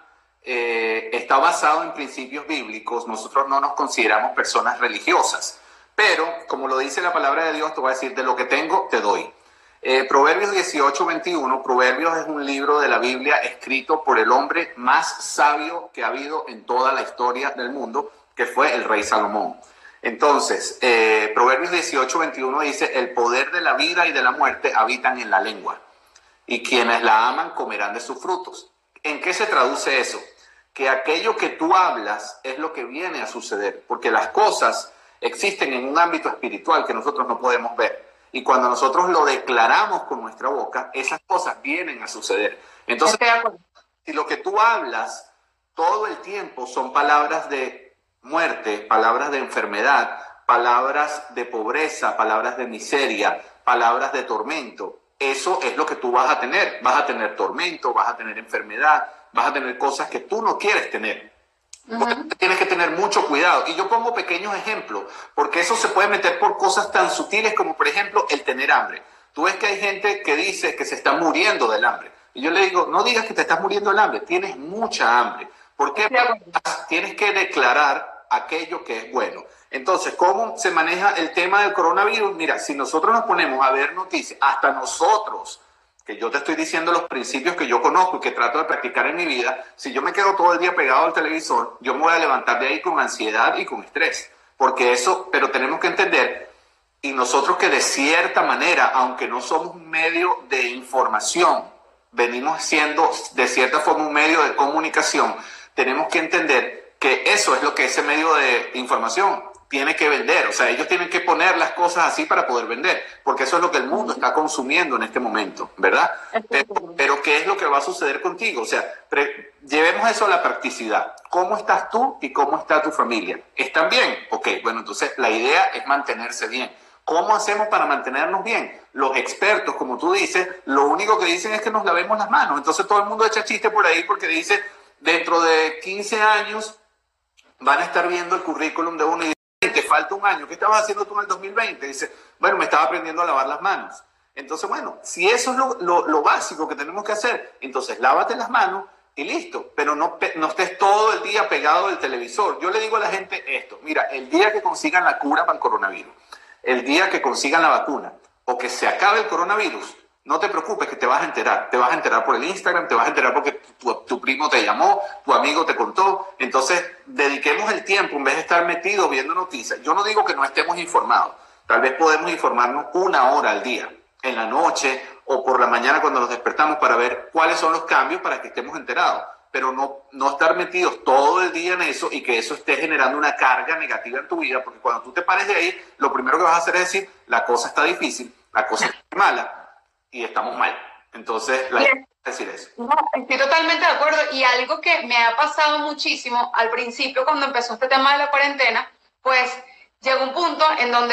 Speaker 2: está basado en principios bíblicos, nosotros no nos consideramos personas religiosas. Pero, como lo dice la palabra de Dios, te voy a decir, de lo que tengo, te doy. Proverbios 18:21, Proverbios es un libro de la Biblia escrito por el hombre más sabio que ha habido en toda la historia del mundo, que fue el rey Salomón. Entonces, Proverbios 18:21 dice, el poder de la vida y de la muerte habitan en la lengua, y quienes la aman comerán de sus frutos. ¿En qué se traduce eso? Que aquello que tú hablas es lo que viene a suceder, porque las cosas existen en un ámbito espiritual que nosotros no podemos ver. Y cuando nosotros lo declaramos con nuestra boca, esas cosas vienen a suceder. Entonces, si lo que tú hablas todo el tiempo son palabras de muerte, palabras de enfermedad, palabras de pobreza, palabras de miseria, palabras de tormento, eso es lo que tú vas a tener. Vas a tener tormento, vas a tener enfermedad, vas a tener cosas que tú no quieres tener. Tienes que tener mucho cuidado. Y yo pongo pequeños ejemplos, porque eso se puede meter por cosas tan sutiles como, por ejemplo, el tener hambre. Tú ves que hay gente que dice que se está muriendo del hambre. Y yo le digo, no digas que te estás muriendo del hambre, tienes mucha hambre. ¿Por qué? Porque tienes que declarar aquello que es bueno. Entonces, ¿cómo se maneja el tema del coronavirus? Mira, si nosotros nos ponemos a ver noticias, hasta nosotros, que yo te estoy diciendo los principios que yo conozco y que trato de practicar en mi vida, si yo me quedo todo el día pegado al televisor, yo me voy a levantar de ahí con ansiedad y con estrés. Porque eso, pero tenemos que entender, y nosotros que de cierta manera, aunque no somos un medio de información, venimos siendo de cierta forma un medio de comunicación, tenemos que entender que eso es lo que ese medio de información tiene que vender. O sea, ellos tienen que poner las cosas así para poder vender, porque eso es lo que el mundo está consumiendo en este momento, ¿verdad? Pero ¿qué es lo que va a suceder contigo? O sea, llevemos eso a la practicidad. ¿Cómo estás tú y cómo está tu familia? ¿Están bien? Ok, bueno, entonces la idea es mantenerse bien. ¿Cómo hacemos para mantenernos bien? Los expertos, como tú dices, lo único que dicen es que nos lavemos las manos. Entonces todo el mundo echa chiste por ahí porque dice, dentro de 15 años van a estar viendo el currículum de uno y te falta un año. ¿Qué estabas haciendo tú en el 2020? Dice, bueno, me estaba aprendiendo a lavar las manos. Entonces, bueno, si eso es lo básico que tenemos que hacer, entonces lávate las manos y listo. Pero no estés todo el día pegado del televisor. Yo le digo a la gente esto, mira, el día que consigan la cura para el coronavirus, el día que consigan la vacuna o que se acabe el coronavirus, no te preocupes que te vas a enterar por el Instagram, te vas a enterar porque tu primo te llamó, tu amigo te contó. Entonces, dediquemos el tiempo en vez de estar metidos viendo noticias. Yo no digo que no estemos informados, tal vez podemos informarnos 1 hora al día, en la noche o por la mañana cuando nos despertamos para ver cuáles son los cambios para que estemos enterados, pero no estar metidos todo el día en eso y que eso esté generando una carga negativa en tu vida, porque cuando tú te pares de ahí, lo primero que vas a hacer es decir, la cosa está difícil, la cosa está mala y estamos mal. Entonces, la idea es decir eso.
Speaker 1: No, estoy totalmente de acuerdo, y algo que me ha pasado muchísimo al principio cuando empezó este tema de la cuarentena, pues llegó un punto en donde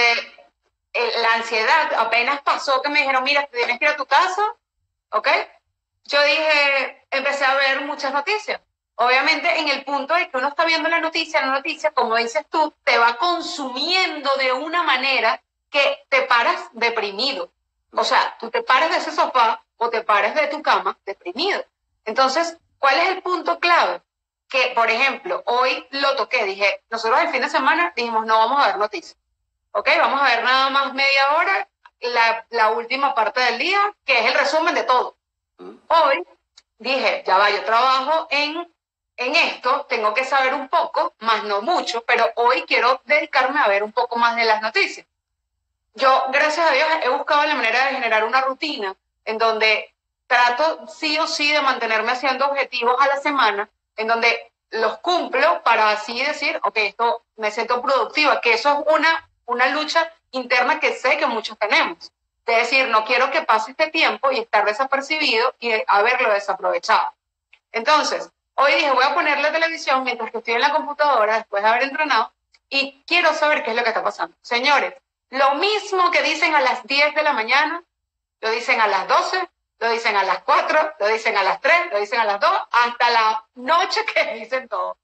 Speaker 1: la ansiedad apenas pasó, que me dijeron, mira, te tienes que ir a tu casa, ¿ok? Yo dije, empecé a ver muchas noticias. Obviamente en el punto de que uno está viendo la noticia, como dices tú, te va consumiendo de una manera que te paras deprimido. O sea, tú te paras de ese sofá o te paras de tu cama deprimido. Entonces, ¿cuál es el punto clave? Que, por ejemplo, hoy lo toqué, dije, nosotros el fin de semana dijimos, no vamos a ver noticias. ¿Ok? Vamos a ver nada más media hora, la última parte del día, que es el resumen de todo. Hoy dije, ya va, yo trabajo en esto, tengo que saber un poco, más no mucho, pero hoy quiero dedicarme a ver un poco más de las noticias. Yo, gracias a Dios, he buscado la manera de generar una rutina en donde trato sí o sí de mantenerme haciendo objetivos a la semana, en donde los cumplo para así decir, ok, esto me siento productiva, que eso es una lucha interna que sé que muchos tenemos. Es decir, no quiero que pase este tiempo y estar desapercibido y haberlo desaprovechado. Entonces, hoy dije, voy a poner la televisión mientras que estoy en la computadora, después de haber entrenado, y quiero saber qué es lo que está pasando. Señores, lo mismo que dicen a las 10 de la mañana, lo dicen a las 12, lo dicen a las 4, lo dicen a las 3, lo dicen a las 2, hasta la noche que dicen todo.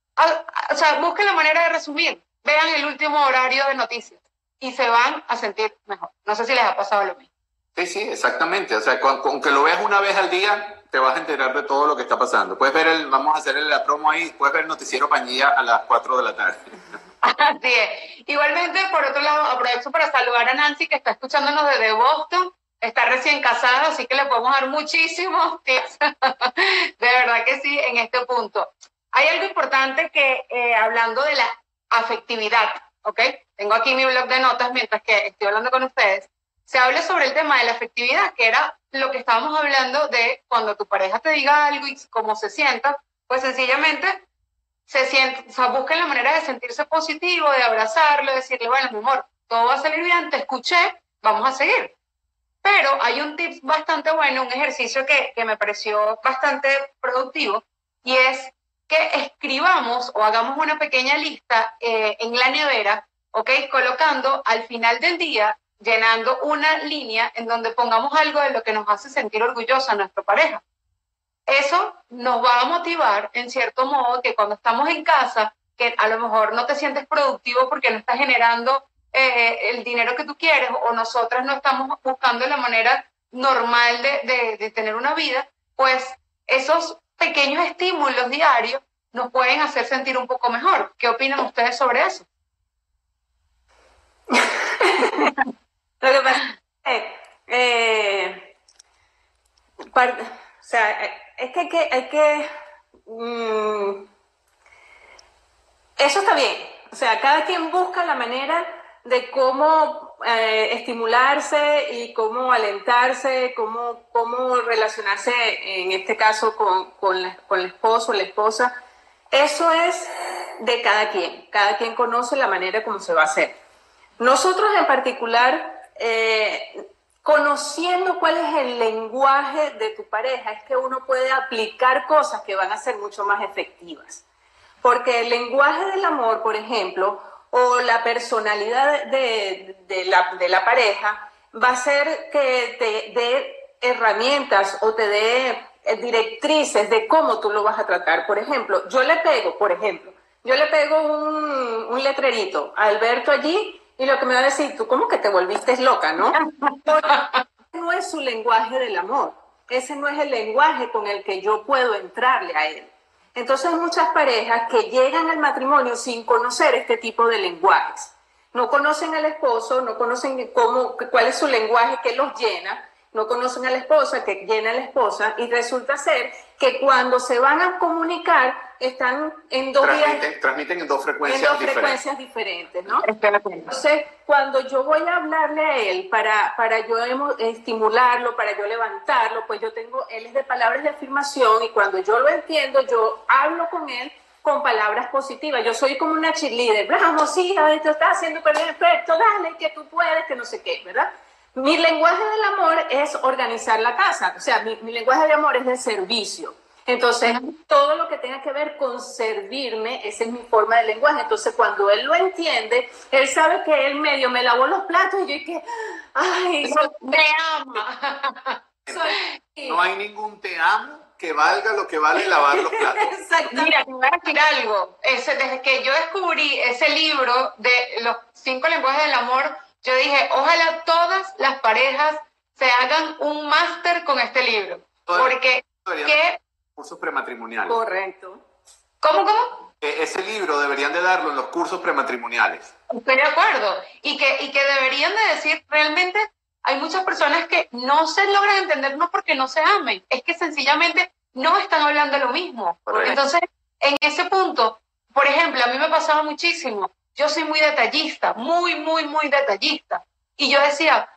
Speaker 1: O sea, busquen la manera de resumir. Vean el último horario de noticias y se van a sentir mejor. No sé si les ha pasado lo mismo.
Speaker 2: Sí, exactamente. O sea, con que lo veas una vez al día, te vas a enterar de todo lo que está pasando. Puedes ver vamos a hacer la promo ahí, puedes ver el Noticiero Pañía a las 4 de la tarde.
Speaker 1: Así es. Igualmente, por otro lado, aprovecho para saludar a Nancy, que está escuchándonos desde Boston. Está recién casada, así que le podemos dar muchísimos tips. De verdad que sí, en este punto. Hay algo importante que, hablando de la afectividad, ¿ok? Tengo aquí mi blog de notas mientras que estoy hablando con ustedes. Se habla sobre el tema de la afectividad, que era lo que estábamos hablando de cuando tu pareja te diga algo y cómo se sienta, pues sencillamente o sea, busquen la manera de sentirse positivo, de abrazarlo, de decirle, bueno, mi amor, todo va a salir bien, te escuché, vamos a seguir. Pero hay un tip bastante bueno, un ejercicio que me pareció bastante productivo, y es que escribamos o hagamos una pequeña lista en la nevera, ¿ok? Colocando al final del día, llenando una línea en donde pongamos algo de lo que nos hace sentir orgullosa a nuestra pareja. Eso nos va a motivar, en cierto modo, que cuando estamos en casa, que a lo mejor no te sientes productivo porque no estás generando el dinero que tú quieres, o nosotras no estamos buscando la manera normal de tener una vida, pues esos pequeños estímulos diarios nos pueden hacer sentir un poco mejor. ¿Qué opinan ustedes sobre eso?
Speaker 3: Lo que pasa es que hay que eso está bien. O sea, cada quien busca la manera de cómo estimularse y cómo alentarse, cómo relacionarse, en este caso, con el esposo o la esposa. Eso es de cada quien. Cada quien conoce la manera como se va a hacer. Nosotros en particular, conociendo cuál es el lenguaje de tu pareja, es que uno puede aplicar cosas que van a ser mucho más efectivas. Porque el lenguaje del amor, por ejemplo, o la personalidad de la pareja, va a ser que te dé herramientas o te dé directrices de cómo tú lo vas a tratar. Por ejemplo, yo le pego un letrerito a Alberto allí, y lo que me va a decir, tú como que te volviste loca, ¿no? Porque no es su lenguaje del amor. Ese no es el lenguaje con el que yo puedo entrarle a él. Entonces hay muchas parejas que llegan al matrimonio sin conocer este tipo de lenguajes. No conocen al esposo, no conocen cuál es su lenguaje que los llena, no conocen a la esposa, que llena a la esposa, y resulta ser que cuando se van a comunicar están en
Speaker 2: transmiten en dos frecuencias
Speaker 3: diferentes, ¿no? Entonces, cuando yo voy a hablarle a él para yo estimularlo, para yo levantarlo, pues él es de palabras de afirmación, y cuando yo lo entiendo, yo hablo con él con palabras positivas. Yo soy como una cheerleader. Vamos, sí, esto está haciendo perfecto, dale, que tú puedes, que no sé qué, ¿verdad? Mi lenguaje del amor es organizar la casa. O sea, mi lenguaje de amor es de servicio. Entonces, todo lo que tenga que ver con servirme, esa es mi forma de lenguaje. Entonces, cuando él lo entiende, él sabe que él medio me lavó los platos, y yo dije, ay,
Speaker 1: me ama.
Speaker 2: No hay ningún te amo que valga lo que vale lavar los platos.
Speaker 1: Mira, te voy a decir algo. Desde que yo descubrí ese libro de los 5 lenguajes del amor, yo dije, ojalá todas las parejas se hagan un máster con este libro. Porque
Speaker 2: cursos prematrimoniales.
Speaker 3: Correcto.
Speaker 1: ¿Cómo?
Speaker 2: Ese libro deberían de darlo en los cursos prematrimoniales.
Speaker 1: Estoy de acuerdo. Y que deberían de decir, realmente hay muchas personas que no se logran entender, no porque no se amen, es que sencillamente no están hablando lo mismo.
Speaker 2: Correcto.
Speaker 1: Entonces, en ese punto, por ejemplo, a mí me pasaba muchísimo. Yo soy muy detallista, muy, muy, muy detallista. Y yo decía,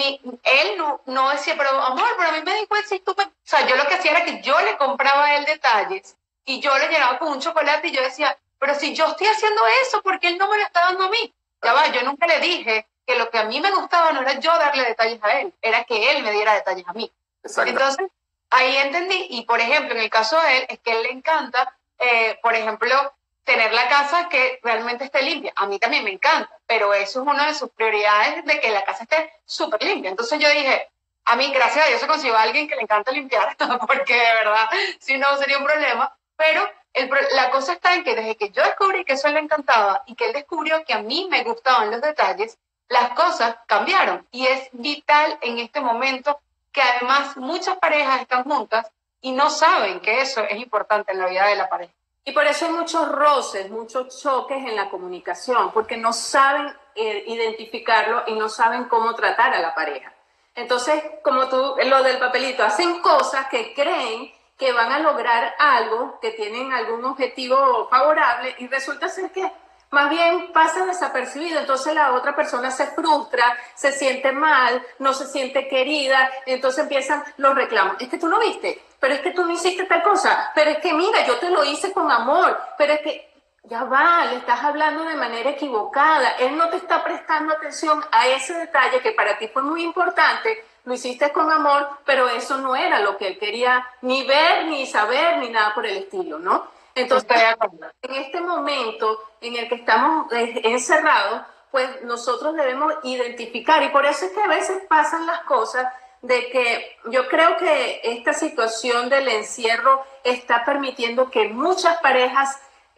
Speaker 1: él no decía, pero amor, pero a mí me da igual si tú... O sea, yo lo que hacía era que yo le compraba a él detalles y yo le llenaba con un chocolate, y yo decía, pero si yo estoy haciendo eso, ¿por qué él no me lo está dando a mí? Ya va, yo nunca le dije que lo que a mí me gustaba no era yo darle detalles a él, era que él me diera detalles a mí.
Speaker 2: Exacto.
Speaker 1: Entonces, ahí entendí, y por ejemplo, en el caso de él, es que a él le encanta, por ejemplo, tener la casa que realmente esté limpia. A mí también me encanta, pero eso es una de sus prioridades, de que la casa esté súper limpia. Entonces yo dije, a mí, gracias a Dios, se consiguió a alguien que le encanta limpiar, porque de verdad, si no, sería un problema. Pero la cosa está en que desde que yo descubrí que eso le encantaba y que él descubrió que a mí me gustaban los detalles, las cosas cambiaron. Y es vital en este momento que además muchas parejas están juntas y no saben que eso es importante en la vida de la pareja.
Speaker 3: Y por eso hay muchos roces, muchos choques en la comunicación, porque no saben identificarlo y no saben cómo tratar a la pareja. Entonces, como tú, lo del papelito, hacen cosas que creen que van a lograr algo, que tienen algún objetivo favorable, y resulta ser que más bien pasa desapercibido. Entonces la otra persona se frustra, se siente mal, no se siente querida, entonces empiezan los reclamos. Es que tú no viste, pero es que tú no hiciste tal cosa, pero es que mira, yo te lo hice con amor, pero es que ya va, le estás hablando de manera equivocada. Él no te está prestando atención a ese detalle que para ti fue muy importante, lo hiciste con amor, pero eso no era lo que él quería ni ver, ni saber, ni nada por el estilo, ¿no? Entonces, en este momento en el que estamos encerrados, pues nosotros debemos identificar, y por eso es que a veces pasan las cosas de que yo creo que esta situación del encierro está permitiendo que muchas parejas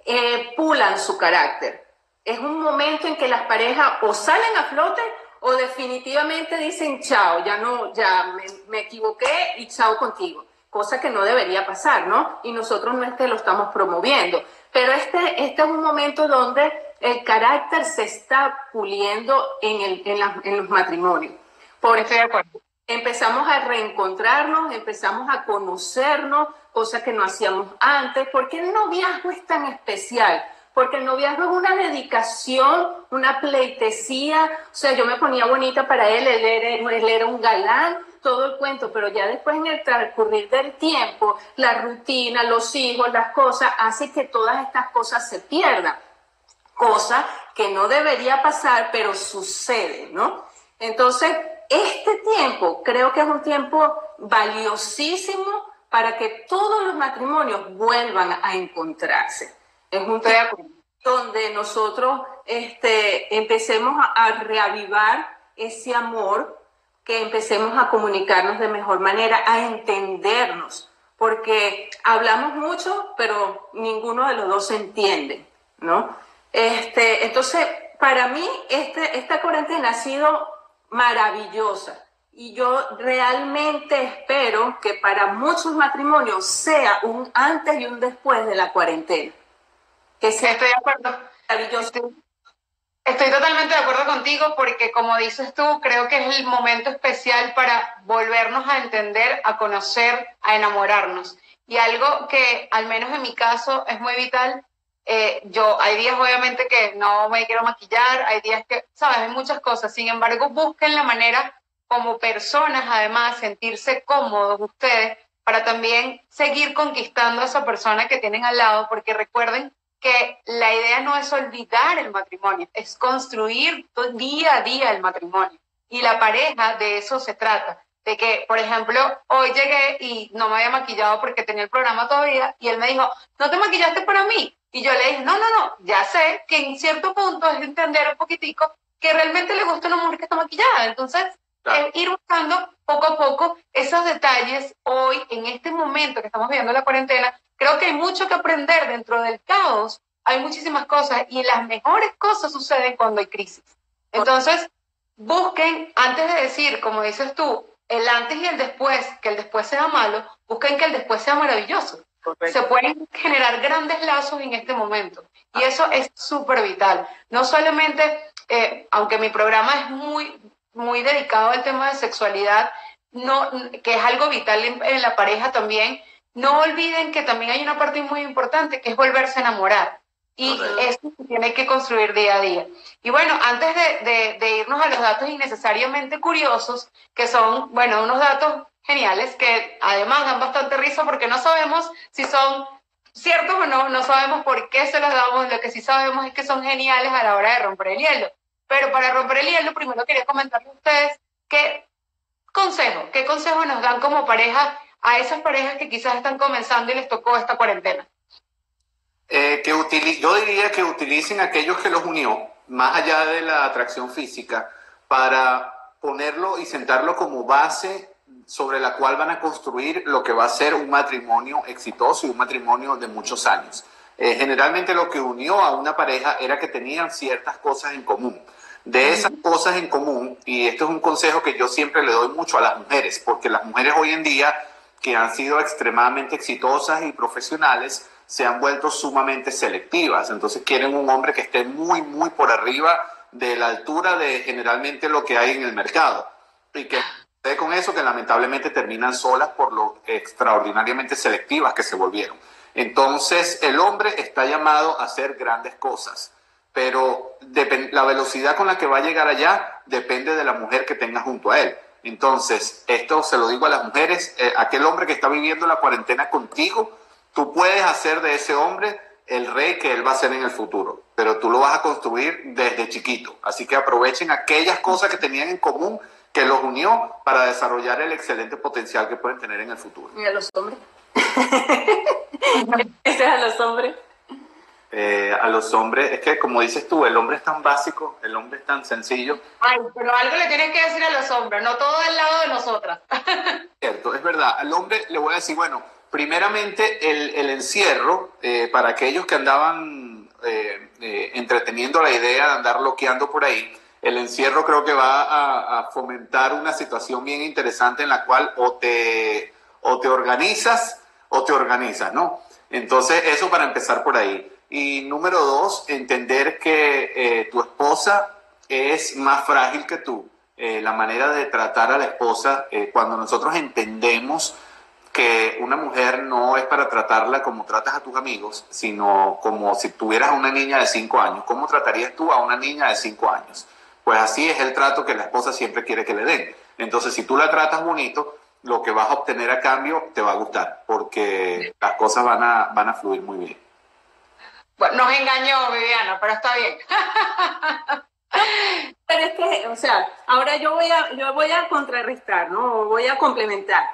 Speaker 3: pulan su carácter. Es un momento en que las parejas o salen a flote o definitivamente dicen chao, ya me equivoqué y chao contigo. Cosa que no debería pasar, ¿no? Y nosotros no es que lo estamos promoviendo. Pero este es un momento donde el carácter se está puliendo en los matrimonios.
Speaker 1: Estoy de acuerdo.
Speaker 3: Empezamos a reencontrarnos, empezamos a conocernos, cosa que no hacíamos antes. ¿Por qué el noviazgo es tan especial? Porque el noviazgo es una dedicación, una pleitesía. O sea, yo me ponía bonita para él era un galán, todo el cuento, pero ya después en el transcurrir del tiempo, la rutina, los hijos, las cosas, hace que todas estas cosas se pierdan. Cosa que no debería pasar, pero sucede, ¿no? Entonces, este tiempo creo que es un tiempo valiosísimo para que todos los matrimonios vuelvan a encontrarse. Es un tiempo donde nosotros empecemos a reavivar ese amor, que empecemos a comunicarnos de mejor manera, a entendernos, porque hablamos mucho, pero ninguno de los dos se entiende, ¿no? Entonces, para mí, esta cuarentena ha sido maravillosa, y yo realmente espero que para muchos matrimonios sea un antes y un después de la cuarentena. Que sea
Speaker 1: Estoy de acuerdo.
Speaker 3: Maravilloso.
Speaker 1: Estoy totalmente de acuerdo contigo porque, como dices tú, creo que es el momento especial para volvernos a entender, a conocer, a enamorarnos. Y algo que, al menos en mi caso, es muy vital. Hay días obviamente que no me quiero maquillar, hay días que, sabes, hay muchas cosas. Sin embargo, busquen la manera como personas, además, sentirse cómodos ustedes para también seguir conquistando a esa persona que tienen al lado, porque recuerden que la idea no es olvidar el matrimonio, es construir día a día el matrimonio. Y la pareja, de eso se trata. De que, por ejemplo, hoy llegué y no me había maquillado porque tenía el programa todavía, y él me dijo, ¿no te maquillaste para mí? Y yo le dije, no, ya sé que en cierto punto es entender un poquitico que realmente le gusta a una mujer que está maquillada. Entonces, claro, ir buscando poco a poco esos detalles. Hoy, en este momento que estamos viviendo la cuarentena, creo que hay mucho que aprender dentro del caos. Hay muchísimas cosas y las mejores cosas suceden cuando hay crisis. Entonces, busquen, antes de decir, como dices tú, el antes y el después, que el después sea malo, busquen que el después sea maravilloso. Correcto. Se pueden generar grandes lazos en este momento y eso es súper vital. No solamente, aunque mi programa es muy dedicado al tema de sexualidad, que es algo vital en la pareja también, no olviden que también hay una parte muy importante que es volverse a enamorar. Y eso se tiene que construir día a día. Y bueno, antes de irnos a los datos innecesariamente curiosos, que son, bueno, unos datos geniales que además dan bastante risa porque no sabemos si son ciertos o no sabemos por qué se los damos, lo que sí sabemos es que son geniales a la hora de romper el hielo. Pero para romper el hielo, primero quería comentarles a ustedes qué consejo nos dan como pareja a esas parejas que quizás están comenzando y les tocó esta cuarentena.
Speaker 2: Yo diría que utilicen aquellos que los unió, más allá de la atracción física, para ponerlo y sentarlo como base sobre la cual van a construir lo que va a ser un matrimonio exitoso y un matrimonio de muchos años. Generalmente lo que unió a una pareja era que tenían ciertas cosas en común. De esas cosas en común, y esto es un consejo que yo siempre le doy mucho a las mujeres, porque las mujeres hoy en día que han sido extremadamente exitosas y profesionales se han vuelto sumamente selectivas. Entonces quieren un hombre que esté muy por arriba de la altura de generalmente lo que hay en el mercado. Y que con eso que lamentablemente terminan solas por lo extraordinariamente selectivas que se volvieron. Entonces el hombre está llamado a hacer grandes cosas, pero la velocidad con la que va a llegar allá depende de la mujer que tenga junto a él. Entonces, esto se lo digo a las mujeres, aquel hombre que está viviendo la cuarentena contigo, tú puedes hacer de ese hombre el rey que él va a ser en el futuro, pero tú lo vas a construir desde chiquito. Así que aprovechen aquellas cosas que tenían en común, que los unió para desarrollar el excelente potencial que pueden tener en el futuro.
Speaker 3: ¿Y a los hombres? ¿Ese es a los hombres?
Speaker 2: A los hombres, es que como dices tú, el hombre es tan básico, el hombre es tan sencillo.
Speaker 1: Ay, pero algo le tienes que decir a los hombres, no todo del lado de nosotras.
Speaker 2: Cierto, es verdad. Al hombre le voy a decir, bueno, primeramente el encierro, para aquellos que andaban entreteniendo la idea de andar loqueando por ahí, el encierro creo que va a fomentar una situación bien interesante en la cual o te organizas o te organizas, ¿no? Entonces, eso para empezar por ahí. Y número 2, entender que tu esposa es más frágil que tú. La manera de tratar a la esposa, cuando nosotros entendemos que una mujer no es para tratarla como tratas a tus amigos, sino como si tuvieras a una niña de 5 años. ¿Cómo tratarías tú a una niña de 5 años? Pues así es el trato que la esposa siempre quiere que le den. Entonces, si tú la tratas bonito, lo que vas a obtener a cambio te va a gustar, porque las cosas van a fluir muy bien.
Speaker 1: Bueno, nos engañó Viviana, pero está bien.
Speaker 3: Pero es que, o sea, ahora yo voy a contrarrestar, ¿no? Voy a complementar.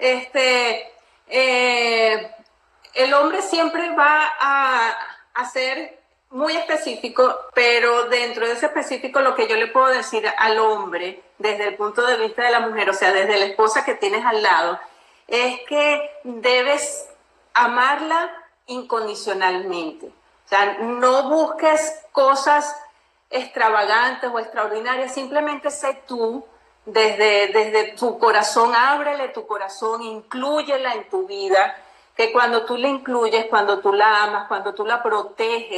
Speaker 3: El hombre siempre va a ser muy específico, pero dentro de ese específico lo que yo le puedo decir al hombre, desde el punto de vista de la mujer, o sea, desde la esposa que tienes al lado, es que debes amarla incondicionalmente. O sea, no busques cosas extravagantes o extraordinarias, simplemente sé tú, desde tu corazón, ábrele tu corazón, inclúyela en tu vida, que cuando tú la incluyes, cuando tú la amas, cuando tú la proteges,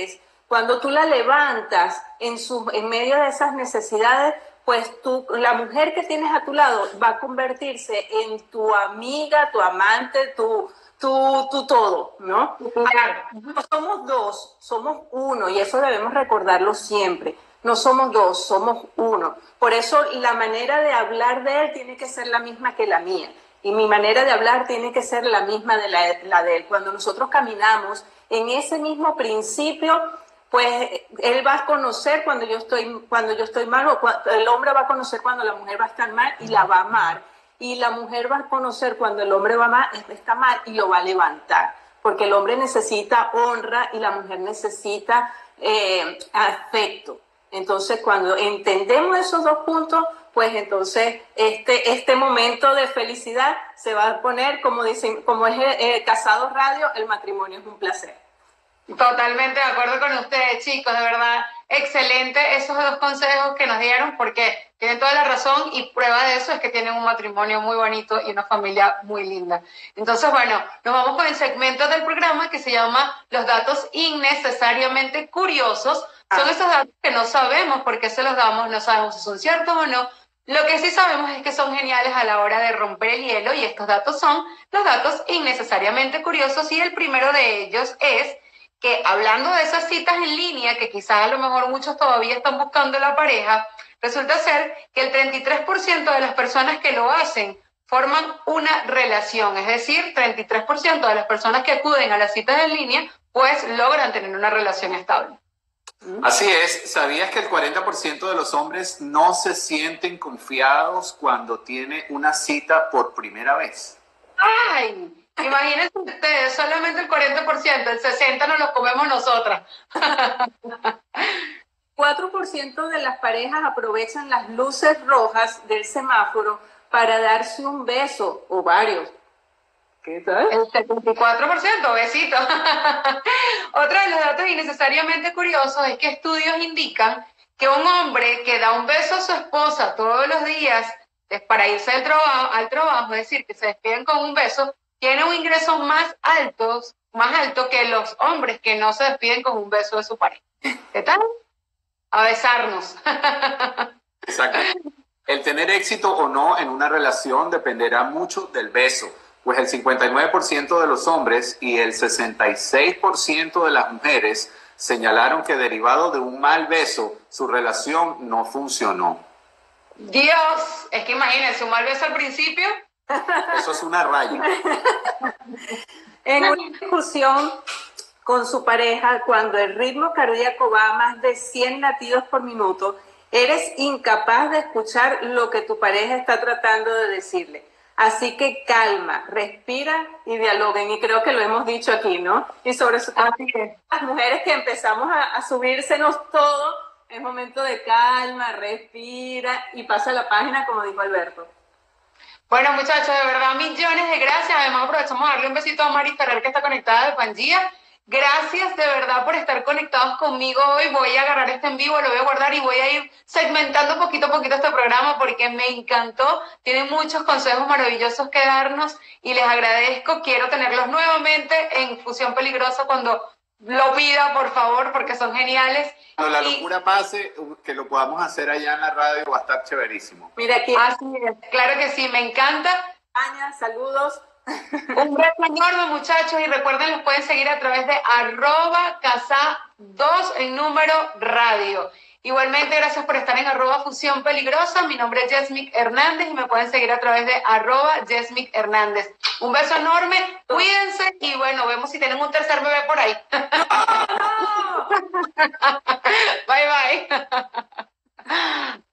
Speaker 3: Cuando tú la levantas en medio de esas necesidades, pues la mujer que tienes a tu lado va a convertirse en tu amiga, tu amante, tu todo, ¿no?
Speaker 1: Claro.
Speaker 3: No somos dos, somos uno, y eso debemos recordarlo siempre. No somos dos, somos uno. Por eso la manera de hablar de él tiene que ser la misma que la mía. Y mi manera de hablar tiene que ser la misma de la de él. Cuando nosotros caminamos en ese mismo principio, pues él va a conocer cuando yo estoy mal, o el hombre va a conocer cuando la mujer va a estar mal y la va a amar. Y la mujer va a conocer cuando el hombre está mal y lo va a levantar. Porque el hombre necesita honra y la mujer necesita afecto. Entonces, cuando entendemos esos dos puntos, pues entonces este momento de felicidad se va a poner, como dicen, como es Casados Radio, el matrimonio es un placer.
Speaker 1: Totalmente de acuerdo con ustedes, chicos, de verdad, excelente esos dos consejos que nos dieron, porque tienen toda la razón y prueba de eso es que tienen un matrimonio muy bonito y una familia muy linda. Entonces, bueno, nos vamos con el segmento del programa que se llama Los datos innecesariamente curiosos. Son esos datos que no sabemos por qué se los damos, no sabemos si son ciertos o no. Lo que sí sabemos es que son geniales a la hora de romper el hielo, y estos datos son los datos innecesariamente curiosos, y el primero de ellos es que, hablando de esas citas en línea, que quizás a lo mejor muchos todavía están buscando la pareja, resulta ser que el 33% de las personas que lo hacen forman una relación. Es decir, 33% de las personas que acuden a las citas en línea, pues logran tener una relación estable.
Speaker 2: Así es. ¿Sabías que el 40% de los hombres no se sienten confiados cuando tiene una cita por primera vez?
Speaker 1: ¡Ay! Imagínense ustedes, solamente el 40%, el 60% nos lo comemos nosotras.
Speaker 3: 4% de las parejas aprovechan las luces rojas del semáforo para darse un beso o varios. ¿Qué tal?
Speaker 1: El 74%, besito. Otro de los datos innecesariamente curiosos es que estudios indican que un hombre que da un beso a su esposa todos los días para irse al trabajo, es decir, que se despiden con un beso, tiene un ingreso más alto que los hombres que no se despiden con un beso de su pareja. ¿Qué tal? A besarnos.
Speaker 2: Exacto. El tener éxito o no en una relación dependerá mucho del beso, pues el 59% de los hombres y el 66% de las mujeres señalaron que derivado de un mal beso, su relación no funcionó.
Speaker 1: Dios, es que imagínense, un mal beso al principio.
Speaker 2: Eso es una raya.
Speaker 3: En una discusión con su pareja, cuando el ritmo cardíaco va a más de 100 latidos por minuto, eres incapaz de escuchar lo que tu pareja está tratando de decirle. Así que calma, respira y dialoguen. Y creo que lo hemos dicho aquí, ¿no? Y sobre todo las mujeres que empezamos a subírsenos todo, es momento de calma, respira y pasa la página, como dijo Alberto.
Speaker 1: Bueno, muchachos, de verdad, millones de gracias. Además, aprovechamos a darle un besito a Mari Ferrer, que está conectada de Pangía. Gracias de verdad por estar conectados conmigo hoy. Voy a agarrar este en vivo, lo voy a guardar y voy a ir segmentando poquito a poquito este programa porque me encantó. Tienen muchos consejos maravillosos que darnos y les agradezco. Quiero tenerlos nuevamente en Fusión Peligrosa cuando lo pida, por favor, porque son geniales.
Speaker 2: Cuando la locura pase, que lo podamos hacer allá en la radio, va a estar chéverísimo.
Speaker 3: Mira aquí.
Speaker 1: Así es, claro que sí, me encanta.
Speaker 3: Aña, saludos.
Speaker 1: Un beso enorme, muchachos, y recuerden, los pueden seguir a través de @casa2 en número radio. Igualmente, gracias por estar en @Fusión Peligrosa. Mi nombre es Yesmic Hernández y me pueden seguir a través de @Yesmic Hernández. Un beso enorme, cuídense y bueno, vemos si tienen un tercer bebé por ahí. Bye, bye.